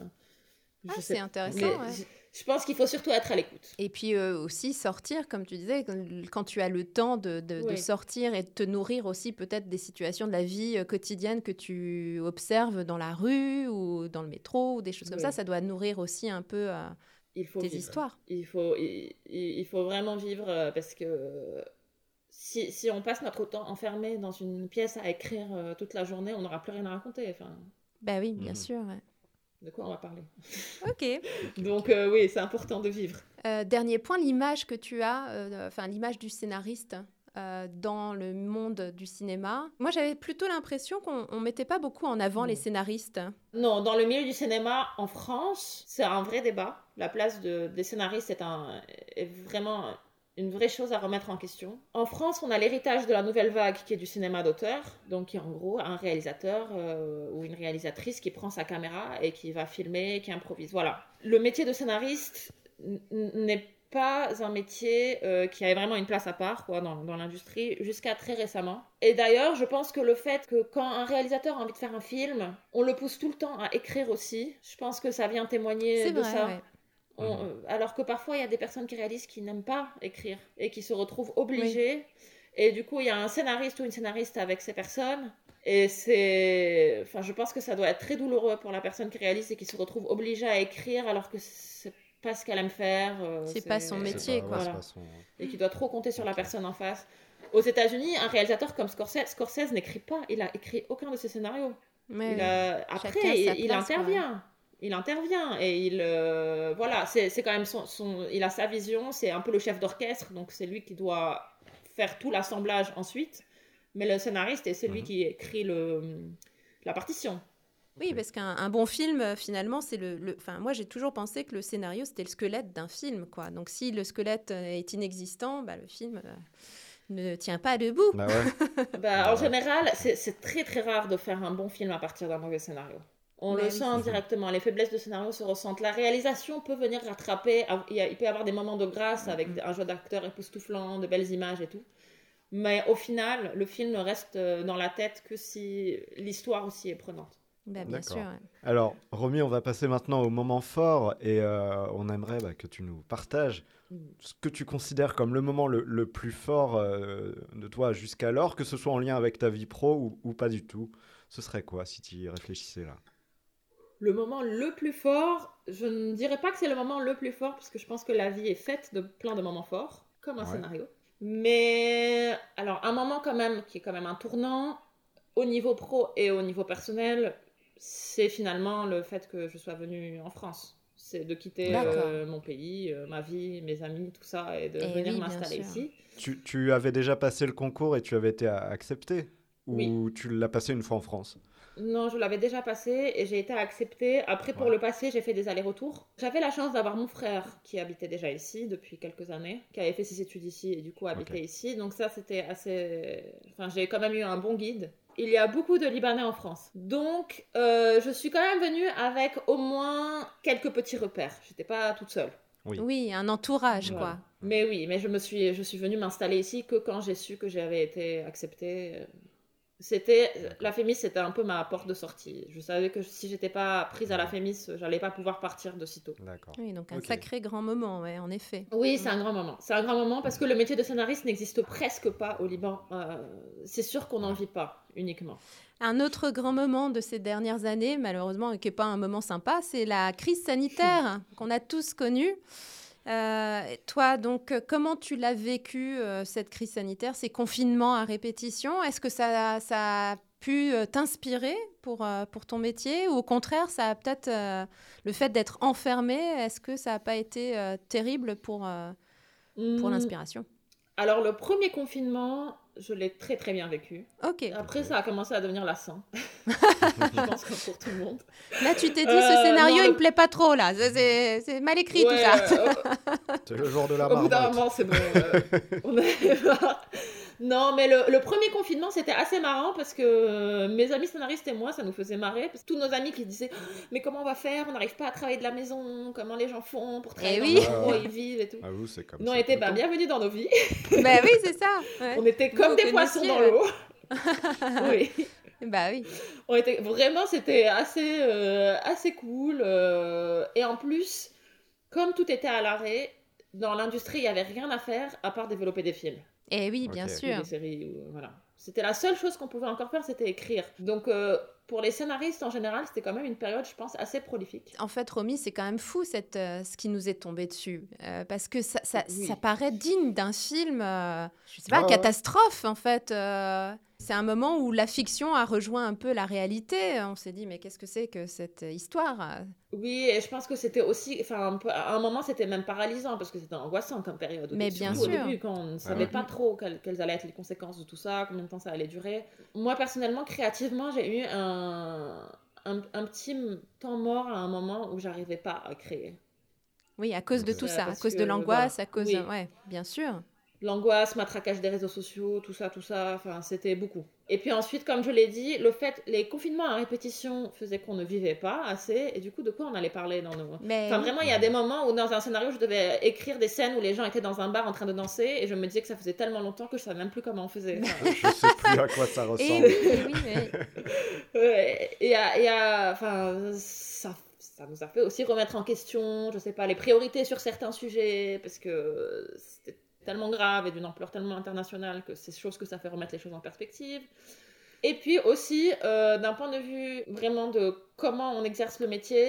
C'est intéressant. Je pense qu'il faut surtout être à l'écoute. Et puis aussi sortir, comme tu disais, quand tu as le temps de sortir et de te nourrir aussi peut-être des situations de la vie quotidienne que tu observes dans la rue ou dans le métro ou des choses comme ça. Ça doit nourrir aussi un peu tes histoires. Il faut vraiment vivre parce que si on passe notre temps enfermé dans une pièce à écrire toute la journée, on n'aura plus rien à raconter. Bah oui, bien sûr. Ouais. De quoi on va parler? Ok. Donc oui, c'est important de vivre. Dernier point, l'image que tu as, l'image du scénariste dans le monde du cinéma. Moi, j'avais plutôt l'impression qu'on mettait pas beaucoup en avant les scénaristes. Non, dans le milieu du cinéma, en France, c'est un vrai débat. La place des scénaristes est vraiment une vraie chose à remettre en question. En France, on a l'héritage de la nouvelle vague qui est du cinéma d'auteur, donc qui est en gros un réalisateur ou une réalisatrice qui prend sa caméra et qui va filmer, qui improvise. Voilà. Le métier de scénariste n'est pas un métier qui avait vraiment une place à part dans l'industrie jusqu'à très récemment. Et d'ailleurs, je pense que le fait que quand un réalisateur a envie de faire un film, on le pousse tout le temps à écrire aussi, je pense que ça vient témoigner de ça. Ouais. Alors que parfois, il y a des personnes qui réalisent qui n'aiment pas écrire et qui se retrouvent obligées. Oui. Et du coup, il y a un scénariste ou une scénariste avec ces personnes. Et je pense que ça doit être très douloureux pour la personne qui réalise et qui se retrouve obligée à écrire alors que c'est pas ce qu'elle aime faire. C'est pas son métier, quoi. Voilà. Et qui doit trop compter sur la personne en face. Aux États-Unis, un réalisateur comme Scorsese n'écrit pas, il a écrit aucun de ses scénarios. Après, il intervient. Il intervient et voilà, c'est quand même il a sa vision, c'est un peu le chef d'orchestre, donc c'est lui qui doit faire tout l'assemblage ensuite. Mais le scénariste, c'est lui qui écrit la partition. Oui, parce qu'un bon film, finalement, c'est Enfin, moi, j'ai toujours pensé que le scénario, c'était le squelette d'un film, quoi. Donc, si le squelette est inexistant, le film ne tient pas debout. Bah ouais. En général, c'est très, très rare de faire un bon film à partir d'un mauvais scénario. On le sent directement. Les faiblesses de scénario se ressentent. La réalisation peut venir rattraper. Il peut y avoir des moments de grâce avec un jeu d'acteurs époustouflant, de belles images et tout. Mais au final, le film ne reste dans la tête que si l'histoire aussi est prenante. Bien sûr. Ouais. Alors, Romy, on va passer maintenant au moment fort et on aimerait que tu nous partages ce que tu considères comme le moment le plus fort de toi jusqu'alors, que ce soit en lien avec ta vie pro ou pas du tout. Ce serait quoi si tu y réfléchissais là ? Le moment le plus fort, je ne dirais pas que c'est le moment le plus fort parce que je pense que la vie est faite de plein de moments forts, comme un scénario. Mais alors, un moment quand même qui est quand même un tournant au niveau pro et au niveau personnel, c'est finalement le fait que je sois venue en France. C'est de quitter mon pays, ma vie, mes amis, tout ça, et de venir m'installer ici. Tu avais déjà passé le concours et tu avais été acceptée ? Ou tu l'as passé une fois en France ? Non, je l'avais déjà passé et j'ai été acceptée. Après, pour le passer, j'ai fait des allers-retours. J'avais la chance d'avoir mon frère qui habitait déjà ici depuis quelques années, qui avait fait ses études ici et du coup habitait ici. Donc ça, c'était assez... Enfin, j'ai quand même eu un bon guide. Il y a beaucoup de Libanais en France. Donc, je suis quand même venue avec au moins quelques petits repères. Je n'étais pas toute seule. Oui, un entourage, quoi. Mais je suis venue m'installer ici que quand j'ai su que j'avais été acceptée... La Fémis, c'était un peu ma porte de sortie. Je savais que si j'étais pas prise à la Fémis, j'allais pas pouvoir partir de sitôt. D'accord. Oui, donc un sacré grand moment, en effet. Oui, c'est un grand moment. C'est un grand moment parce que le métier de scénariste n'existe presque pas au Liban. C'est sûr qu'on n'en vit pas uniquement. Un autre grand moment de ces dernières années, malheureusement, et qui n'est pas un moment sympa, c'est la crise sanitaire qu'on a tous connue. Toi, donc, comment tu l'as vécu, cette crise sanitaire, ces confinements à répétition ? Est-ce que ça a pu t'inspirer pour ton métier ? Ou au contraire, ça a peut-être le fait d'être enfermé, est-ce que ça n'a pas été terrible pour l'inspiration ? Alors, le premier confinement, je l'ai très très bien vécu. Ok. Après, ça a commencé à devenir lassant. Je pense que pour tout le monde. Là, tu t'es dit, ce scénario, il me plaît pas trop, là. C'est mal écrit, tout ça. C'est le jour de la marmotte. Au bout d'un marmotte. moment, c'est bon. On a... Non, mais le premier confinement, c'était assez marrant parce que mes amis scénaristes et moi, ça nous faisait marrer. Parce que tous nos amis qui disaient « Mais comment on va faire ? On n'arrive pas à travailler de la maison. Comment les gens font pour travailler dans le bureau, ils vivent et tout. » C'est comme Nous, on ça, était tout le temps. bienvenus dans nos vies. Ben oui, c'est ça. Ouais. On était comme des poissons dans l'eau. Oui. Bah oui. Vraiment, c'était assez cool. Et en plus, comme tout était à l'arrêt, dans l'industrie, il n'y avait rien à faire à part développer des films. Eh oui, bien sûr. Des séries, voilà. C'était la seule chose qu'on pouvait encore faire, c'était écrire. Donc, pour les scénaristes en général, c'était quand même une période, je pense, assez prolifique. En fait, Romy, c'est quand même fou ce qui nous est tombé dessus. Parce que ça paraît digne d'un film, je sais pas, catastrophe, en fait. C'est un moment où la fiction a rejoint un peu la réalité. On s'est dit, mais qu'est-ce que c'est que cette histoire ? Oui, et je pense que c'était aussi... Enfin, à un moment, c'était même paralysant, parce que c'était angoissant comme période. Mais bien sûr. Au début, quand on ne savait pas trop quelles allaient être les conséquences de tout ça, combien de temps ça allait durer. Moi, personnellement, créativement, j'ai eu un petit temps mort à un moment où j'arrivais pas à créer. Oui, à cause de tout ça, à cause de l'angoisse, à cause... Ouais, bien sûr. L'angoisse, matraquage des réseaux sociaux, tout ça, enfin, c'était beaucoup. Et puis ensuite, comme je l'ai dit, les confinements à répétition faisaient qu'on ne vivait pas assez, et du coup, de quoi on allait parler dans nos... Enfin, vraiment, il y a des moments où dans un scénario, je devais écrire des scènes où les gens étaient dans un bar en train de danser, et je me disais que ça faisait tellement longtemps que je savais même plus comment on faisait. Je sais plus à quoi ça ressemble. Enfin, ça nous a fait aussi remettre en question, je sais pas, les priorités sur certains sujets, parce que c'était tellement grave et d'une ampleur tellement internationale que c'est chose que ça fait remettre les choses en perspective. Et puis aussi, d'un point de vue vraiment de comment on exerce le métier,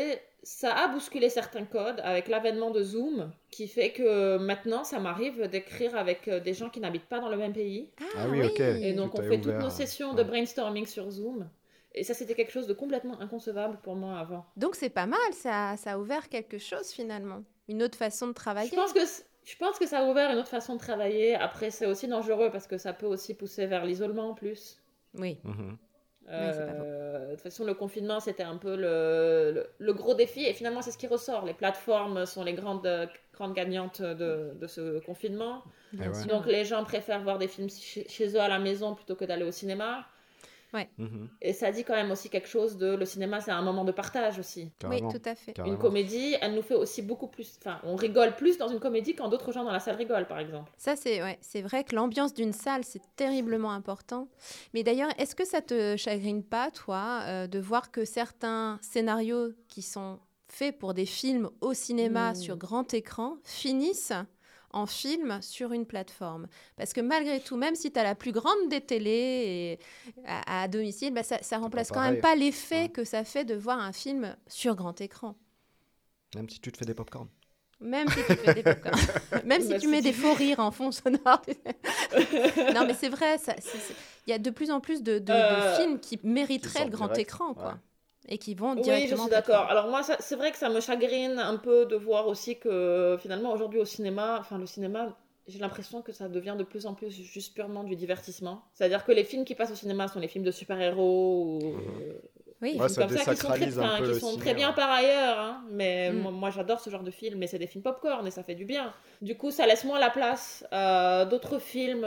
ça a bousculé certains codes avec l'avènement de Zoom, qui fait que maintenant, ça m'arrive d'écrire avec des gens qui n'habitent pas dans le même pays. Ah oui, ok. Et donc, Tout on est fait toutes ouvert, nos sessions ouais. de brainstorming sur Zoom. Et ça, c'était quelque chose de complètement inconcevable pour moi avant. Donc c'est pas mal, ça a ouvert quelque chose finalement. Une autre façon de travailler. Je pense que ça a ouvert une autre façon de travailler. Après, c'est aussi dangereux parce que ça peut aussi pousser vers l'isolement en plus. Oui. Mhm. Ouais, c'est pas faux. De toute façon, le confinement, c'était un peu le gros défi. Et finalement, c'est ce qui ressort. Les plateformes sont les grandes gagnantes de ce confinement. Bien ouais. sûr. Donc, les gens préfèrent voir des films chez eux à la maison plutôt que d'aller au cinéma. Mhm. Et ça dit quand même aussi quelque chose de... Le cinéma, c'est un moment de partage aussi. Oui, Carrément. tout à fait. Carrément. Une comédie, elle nous fait aussi beaucoup plus... Enfin, on rigole plus dans une comédie quand d'autres gens dans la salle rigolent, par exemple. Ça, c'est vrai que l'ambiance d'une salle, c'est terriblement important. Mais d'ailleurs, est-ce que ça te chagrine pas, toi, de voir que certains scénarios qui sont faits pour des films au cinéma sur grand écran finissent en film sur une plateforme? Parce que malgré tout, même si tu as la plus grande des télés à domicile, bah ça remplace quand même pareil. pas l'effet Ouais. que ça fait de voir un film sur grand écran. Même si tu te fais des pop-corn. Même si tu fais des popcorn. Même si Bah, tu mets si des tu- faux rires en fond sonore. Non, mais c'est vrai, il y a de plus en plus de films qui mériteraient sortent le grand direct, écran, quoi. ouais. Et qui vont Oui, je directement... suis en plateforme. d'accord. Alors moi, c'est vrai que ça me chagrine un peu de voir aussi que finalement aujourd'hui au cinéma, enfin le cinéma, j'ai l'impression que ça devient de plus en plus juste purement du divertissement. C'est-à-dire que les films qui passent au cinéma sont les films de super-héros ou Oui, des Ouais, films ça comme ça qui sont très, désacralise un peu qui le sont ciné, très bien ouais. par ailleurs. Hein. Mais Mm. moi j'adore ce genre de films, mais c'est des films popcorn et ça fait du bien. Du coup, ça laisse moins la place à d'autres films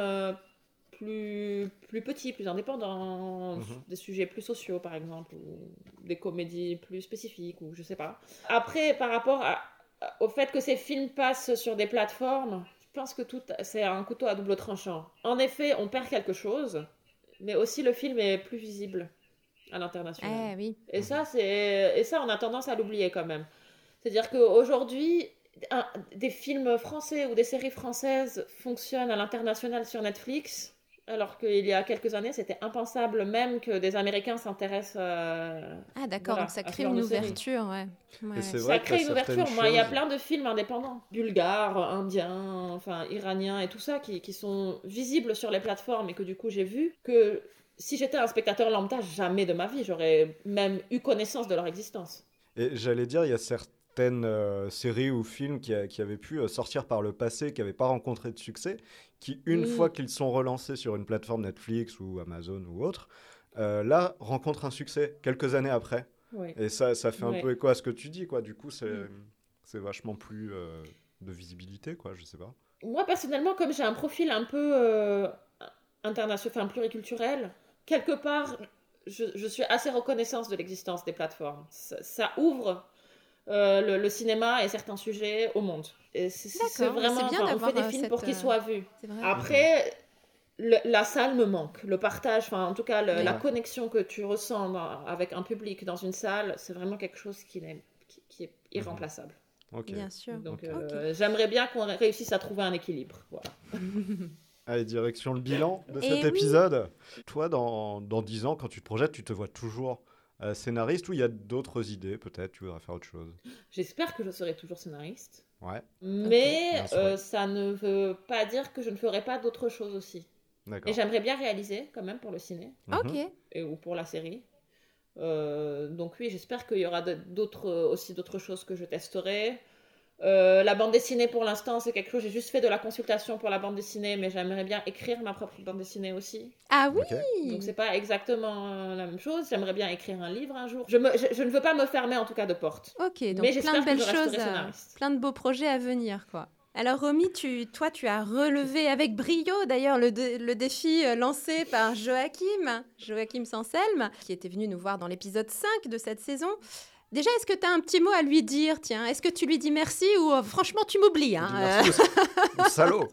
plus petits, plus indépendants, Mhm. des sujets plus sociaux par exemple, ou des comédies plus spécifiques, ou je sais pas. Après, par rapport au fait que ces films passent sur des plateformes, je pense que c'est un couteau à double tranchant. En effet, on perd quelque chose, mais aussi le film est plus visible à l'international. oui. Et ça, on a tendance à l'oublier quand même. C'est-à-dire qu'aujourd'hui, des films français ou des séries françaises fonctionnent à l'international sur Netflix, alors qu'il y a quelques années, c'était impensable même que des Américains s'intéressent Ah d'accord, voilà, donc ça à ce crée genre une de série. ouverture, ouais. Et c'est Ça vrai crée qu'il y une a certaines ouverture. Moi, il y a choses- plein de films indépendants, bulgares, indiens, enfin iraniens et tout ça, qui sont visibles sur les plateformes et que du coup j'ai vu que si j'étais un spectateur lambda, jamais de ma vie j'aurais même eu connaissance de leur existence. Et j'allais dire, il y a certaines séries ou films qui avaient pu sortir par le passé, qui n'avaient pas rencontré de succès, qui, une fois qu'ils sont relancés sur une plateforme Netflix ou Amazon ou autre, là, rencontrent un succès quelques années après. Oui. Et ça fait un Ouais. peu écho à ce que tu dis, quoi. Du coup, c'est vachement plus de visibilité, quoi, je sais pas. Moi personnellement, comme j'ai un profil un peu international, enfin pluriculturel, quelque part, je suis assez reconnaissante de l'existence des plateformes. Ça ouvre le cinéma et certains sujets au monde. Et c'est D'accord, vraiment, c'est bien enfin, on d'avoir, fait des films pour cette, qu'ils soient vus. C'est vrai. Après, la salle me manque. Le partage, enfin en tout cas Oui. la connexion que tu ressens avec un public dans une salle, c'est vraiment quelque chose qui est irremplaçable. Ok. Bien sûr. Donc Ok. j'aimerais bien qu'on réussisse à trouver un équilibre. Voilà. Allez, direction le bilan de Eh cet oui. épisode. Toi, dans 10 ans, quand tu te projettes, tu te vois toujours scénariste ou il y a d'autres idées, peut-être, tu voudrais faire autre chose? J'espère que je serai toujours scénariste. Ouais, Mais Bien sûr. ça ne veut pas dire que je ne ferai pas d'autres choses aussi. d'accord. Et j'aimerais bien réaliser quand même pour le ciné Mhm. Ok. ou pour la série. Donc oui, j'espère qu'il y aura aussi d'autres choses que je testerai. La bande dessinée pour l'instant, c'est quelque chose. J'ai juste fait de la consultation pour la bande dessinée, mais j'aimerais bien écrire ma propre bande dessinée aussi. Ah oui. Ok. Donc c'est pas exactement la même chose. J'aimerais bien écrire un livre un jour. Je ne veux pas me fermer en tout cas de porte. Ok, donc Mais plein j'espère de belles que je resterai choses, scénariste. plein de beaux projets à venir, quoi. Alors Romy, toi, tu as relevé avec brio d'ailleurs le défi lancé par Joachim Sanselme, qui était venu nous voir dans l'épisode 5 de cette saison. Déjà, est-ce que tu as un petit mot à lui dire? Tiens, est-ce que tu lui dis merci ou franchement tu m'oublies hein, Merci, le salaud.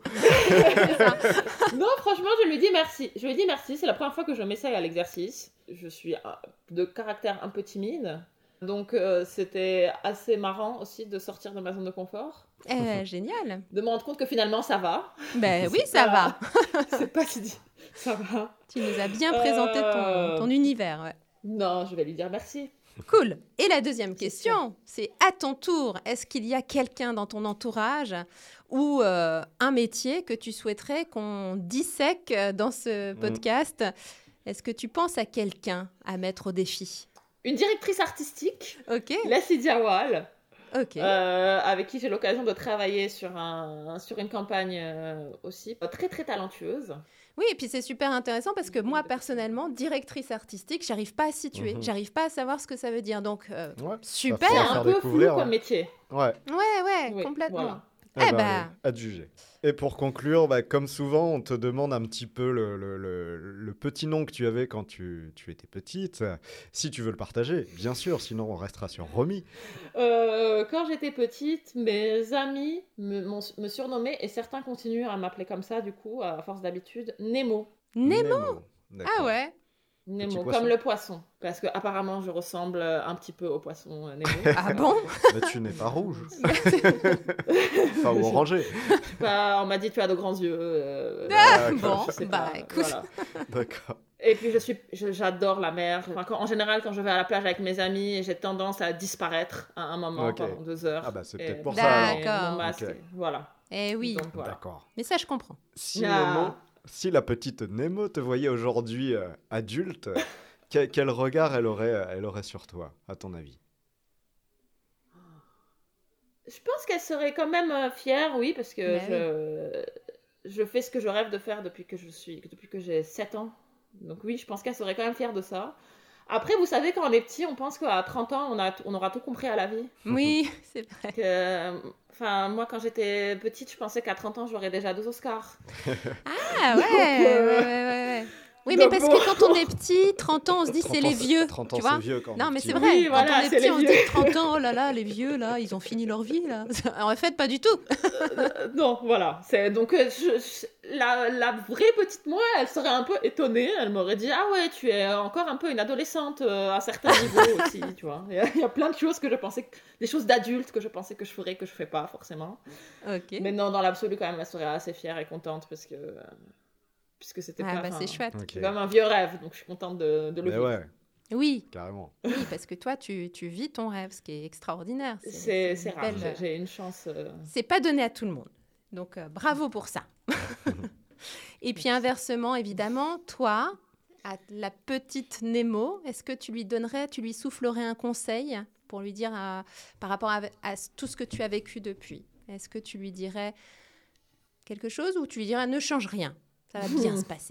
Non, franchement, je lui dis merci. Je lui dis merci. C'est la première fois que je m'essaye à l'exercice. Je suis de caractère un peu timide. Donc, c'était assez marrant aussi de sortir de ma zone de confort. Génial. De me rendre compte que finalement, ça va. Ben oui, ça va. C'est pas si dit. Ça va. Tu nous as bien présenté ton univers. Ouais. Non, je vais lui dire merci. Cool. Et la deuxième question, c'est à ton tour, est-ce qu'il y a quelqu'un dans ton entourage ou un métier que tu souhaiterais qu'on dissèque dans ce podcast? Est-ce que tu penses à quelqu'un à mettre au défi? Une directrice artistique, Ok. Leslie Diawal, Ok. avec qui j'ai l'occasion de travailler sur une campagne aussi. Très, très talentueuse. Oui, et puis c'est super intéressant parce que moi, personnellement, directrice artistique, j'arrive pas à situer, j'arrive pas à savoir ce que ça veut dire. Donc, Ouais. super. C'est Faire un peu découvrir, flou comme métier. Ouais. Ouais, Oui, complètement. voilà. Eh ben. À te juger. Et pour conclure, comme souvent, on te demande un petit peu le petit nom que tu avais quand tu étais petite. Si tu veux le partager, bien sûr, sinon on restera sur Romy. Quand j'étais petite, mes amis me surnommaient, et certains continuent à m'appeler comme ça, du coup, à force d'habitude, Nemo. Nemo. D'accord. Ah ouais. Nemo, poisson. comme le poisson. Parce que apparemment, je ressemble un petit peu au poisson Nemo. Ah bon? Mais tu n'es pas rouge. Enfin, ou orangé. On m'a dit tu as de grands yeux. Bon, je sais bah pas, écoute. voilà. D'accord. Et puis j'adore la mer. Enfin, en général, quand je vais à la plage avec mes amis, j'ai tendance à disparaître à un moment Ok. pendant 2 heures. Ah bah c'est Et- peut-être pour ça. alors. D'accord. Mon masque, Ok. voilà. Eh oui. Donc, voilà. D'accord. Mais ça, je comprends. Si, Ah. si la petite Nemo te voyait aujourd'hui adulte, quel regard elle aurait sur toi, à ton avis? Je pense qu'elle serait quand même fière, oui, parce que Bah je fais ce que je rêve de faire depuis que j'ai 7 ans. Donc oui, je pense qu'elle serait quand même fière de ça. Après, vous savez, quand on est petit, on pense qu'à 30 ans, on aura tout compris à la vie. Oui, c'est vrai. Moi, quand j'étais petite, je pensais qu'à 30 ans, j'aurais déjà 2 Oscars. Ah ouais. Oui, mais Donc parce bon. que quand on est petit, 30 ans, on se dit c'est les vieux, 30 tu ans, vois. c'est vieux quand Non, on est mais petit. c'est vrai. Oui, Quand voilà, on est c'est petit, les on se vieux. dit 30 ans, oh là là, les vieux, là, ils ont fini leur vie, là. En fait, pas du tout. Non, voilà. Donc, la vraie petite moi, elle serait un peu étonnée. Elle m'aurait dit, ah ouais, tu es encore un peu une adolescente à certains niveaux aussi, tu vois. Il y a plein de choses que je pensais, des choses d'adultes que je pensais que je ferais, que je fais pas forcément. Ok. Mais non, dans l'absolu, quand même, elle serait assez fière et contente puisque c'était Ah pas... bah enfin, c'est chouette. Ok. c'est quand même un vieux rêve, donc je suis contente de le Mais vivre. ouais, Oui, carrément. oui, parce que toi, tu vis ton rêve, ce qui est extraordinaire. C'est une rare, belle- j'ai une chance. C'est pas donné à tout le monde. Donc, bravo pour ça. Et puis, inversement, évidemment, toi, à la petite Nemo, est-ce que tu lui soufflerais un conseil pour lui dire par rapport à tout ce que tu as vécu depuis? Est-ce que tu lui dirais quelque chose ou tu lui dirais ne change rien, ça va bien se passer?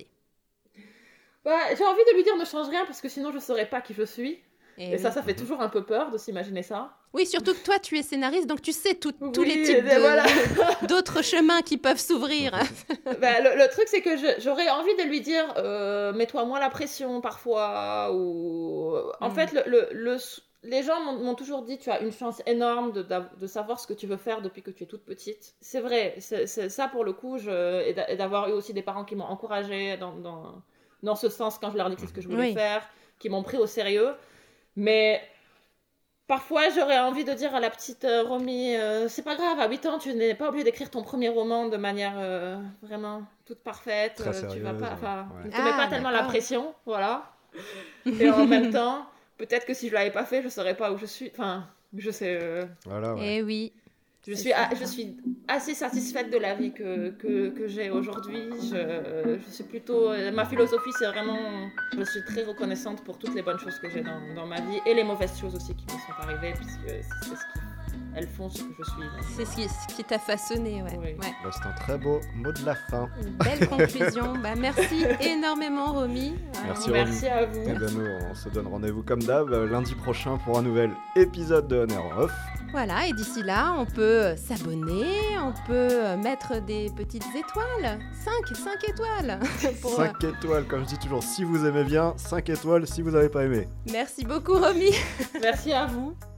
J'ai envie de lui dire ne change rien parce que sinon je saurais pas qui je suis. Et oui. ça fait toujours un peu peur de s'imaginer ça. Oui, surtout que toi, tu es scénariste, donc tu sais tous Oui, les types et voilà. d'autres chemins qui peuvent s'ouvrir. Le truc, c'est que j'aurais envie de lui dire mets-toi moins la pression parfois. Ou... En fait, les gens m'ont toujours dit tu as une chance énorme de savoir ce que tu veux faire depuis que tu es toute petite. C'est vrai, c'est ça pour le coup, et d'avoir eu aussi des parents qui m'ont encouragée dans ce sens quand je leur dis que c'est ce que je voulais faire, qui m'ont pris au sérieux. Mais parfois, j'aurais envie de dire à la petite Romy, c'est pas grave, à 8 ans, tu n'es pas obligé d'écrire ton premier roman de manière vraiment toute parfaite. Très Tu vas sérieuse, pas, ouais. ne te mets pas tellement la d'accord. pression, voilà. Et en même temps, peut-être que si je l'avais pas fait, je saurais pas où je suis. Enfin, je sais. Voilà, ouais. Eh oui. Je suis assez satisfaite de la vie que j'ai aujourd'hui. Je suis plutôt... Ma philosophie, c'est vraiment... Je suis très reconnaissante pour toutes les bonnes choses que j'ai dans ma vie et les mauvaises choses aussi qui me sont arrivées, puisque c'est elles font ce que je suis. C'est ce qui t'a façonné, ouais. Oui. Ouais. Bah, c'est un très beau mot de la fin. Une belle conclusion. Merci énormément, Romy. Merci, Merci à vous. Et ben nous, on se donne rendez-vous comme d'hab lundi prochain pour un nouvel épisode de On Air en Off. Voilà, et d'ici là, on peut s'abonner, on peut mettre des petites étoiles. 5 étoiles. 5 étoiles, comme je dis toujours, si vous aimez bien, 5 étoiles si vous n'avez pas aimé. Merci beaucoup, Romy. Merci à vous.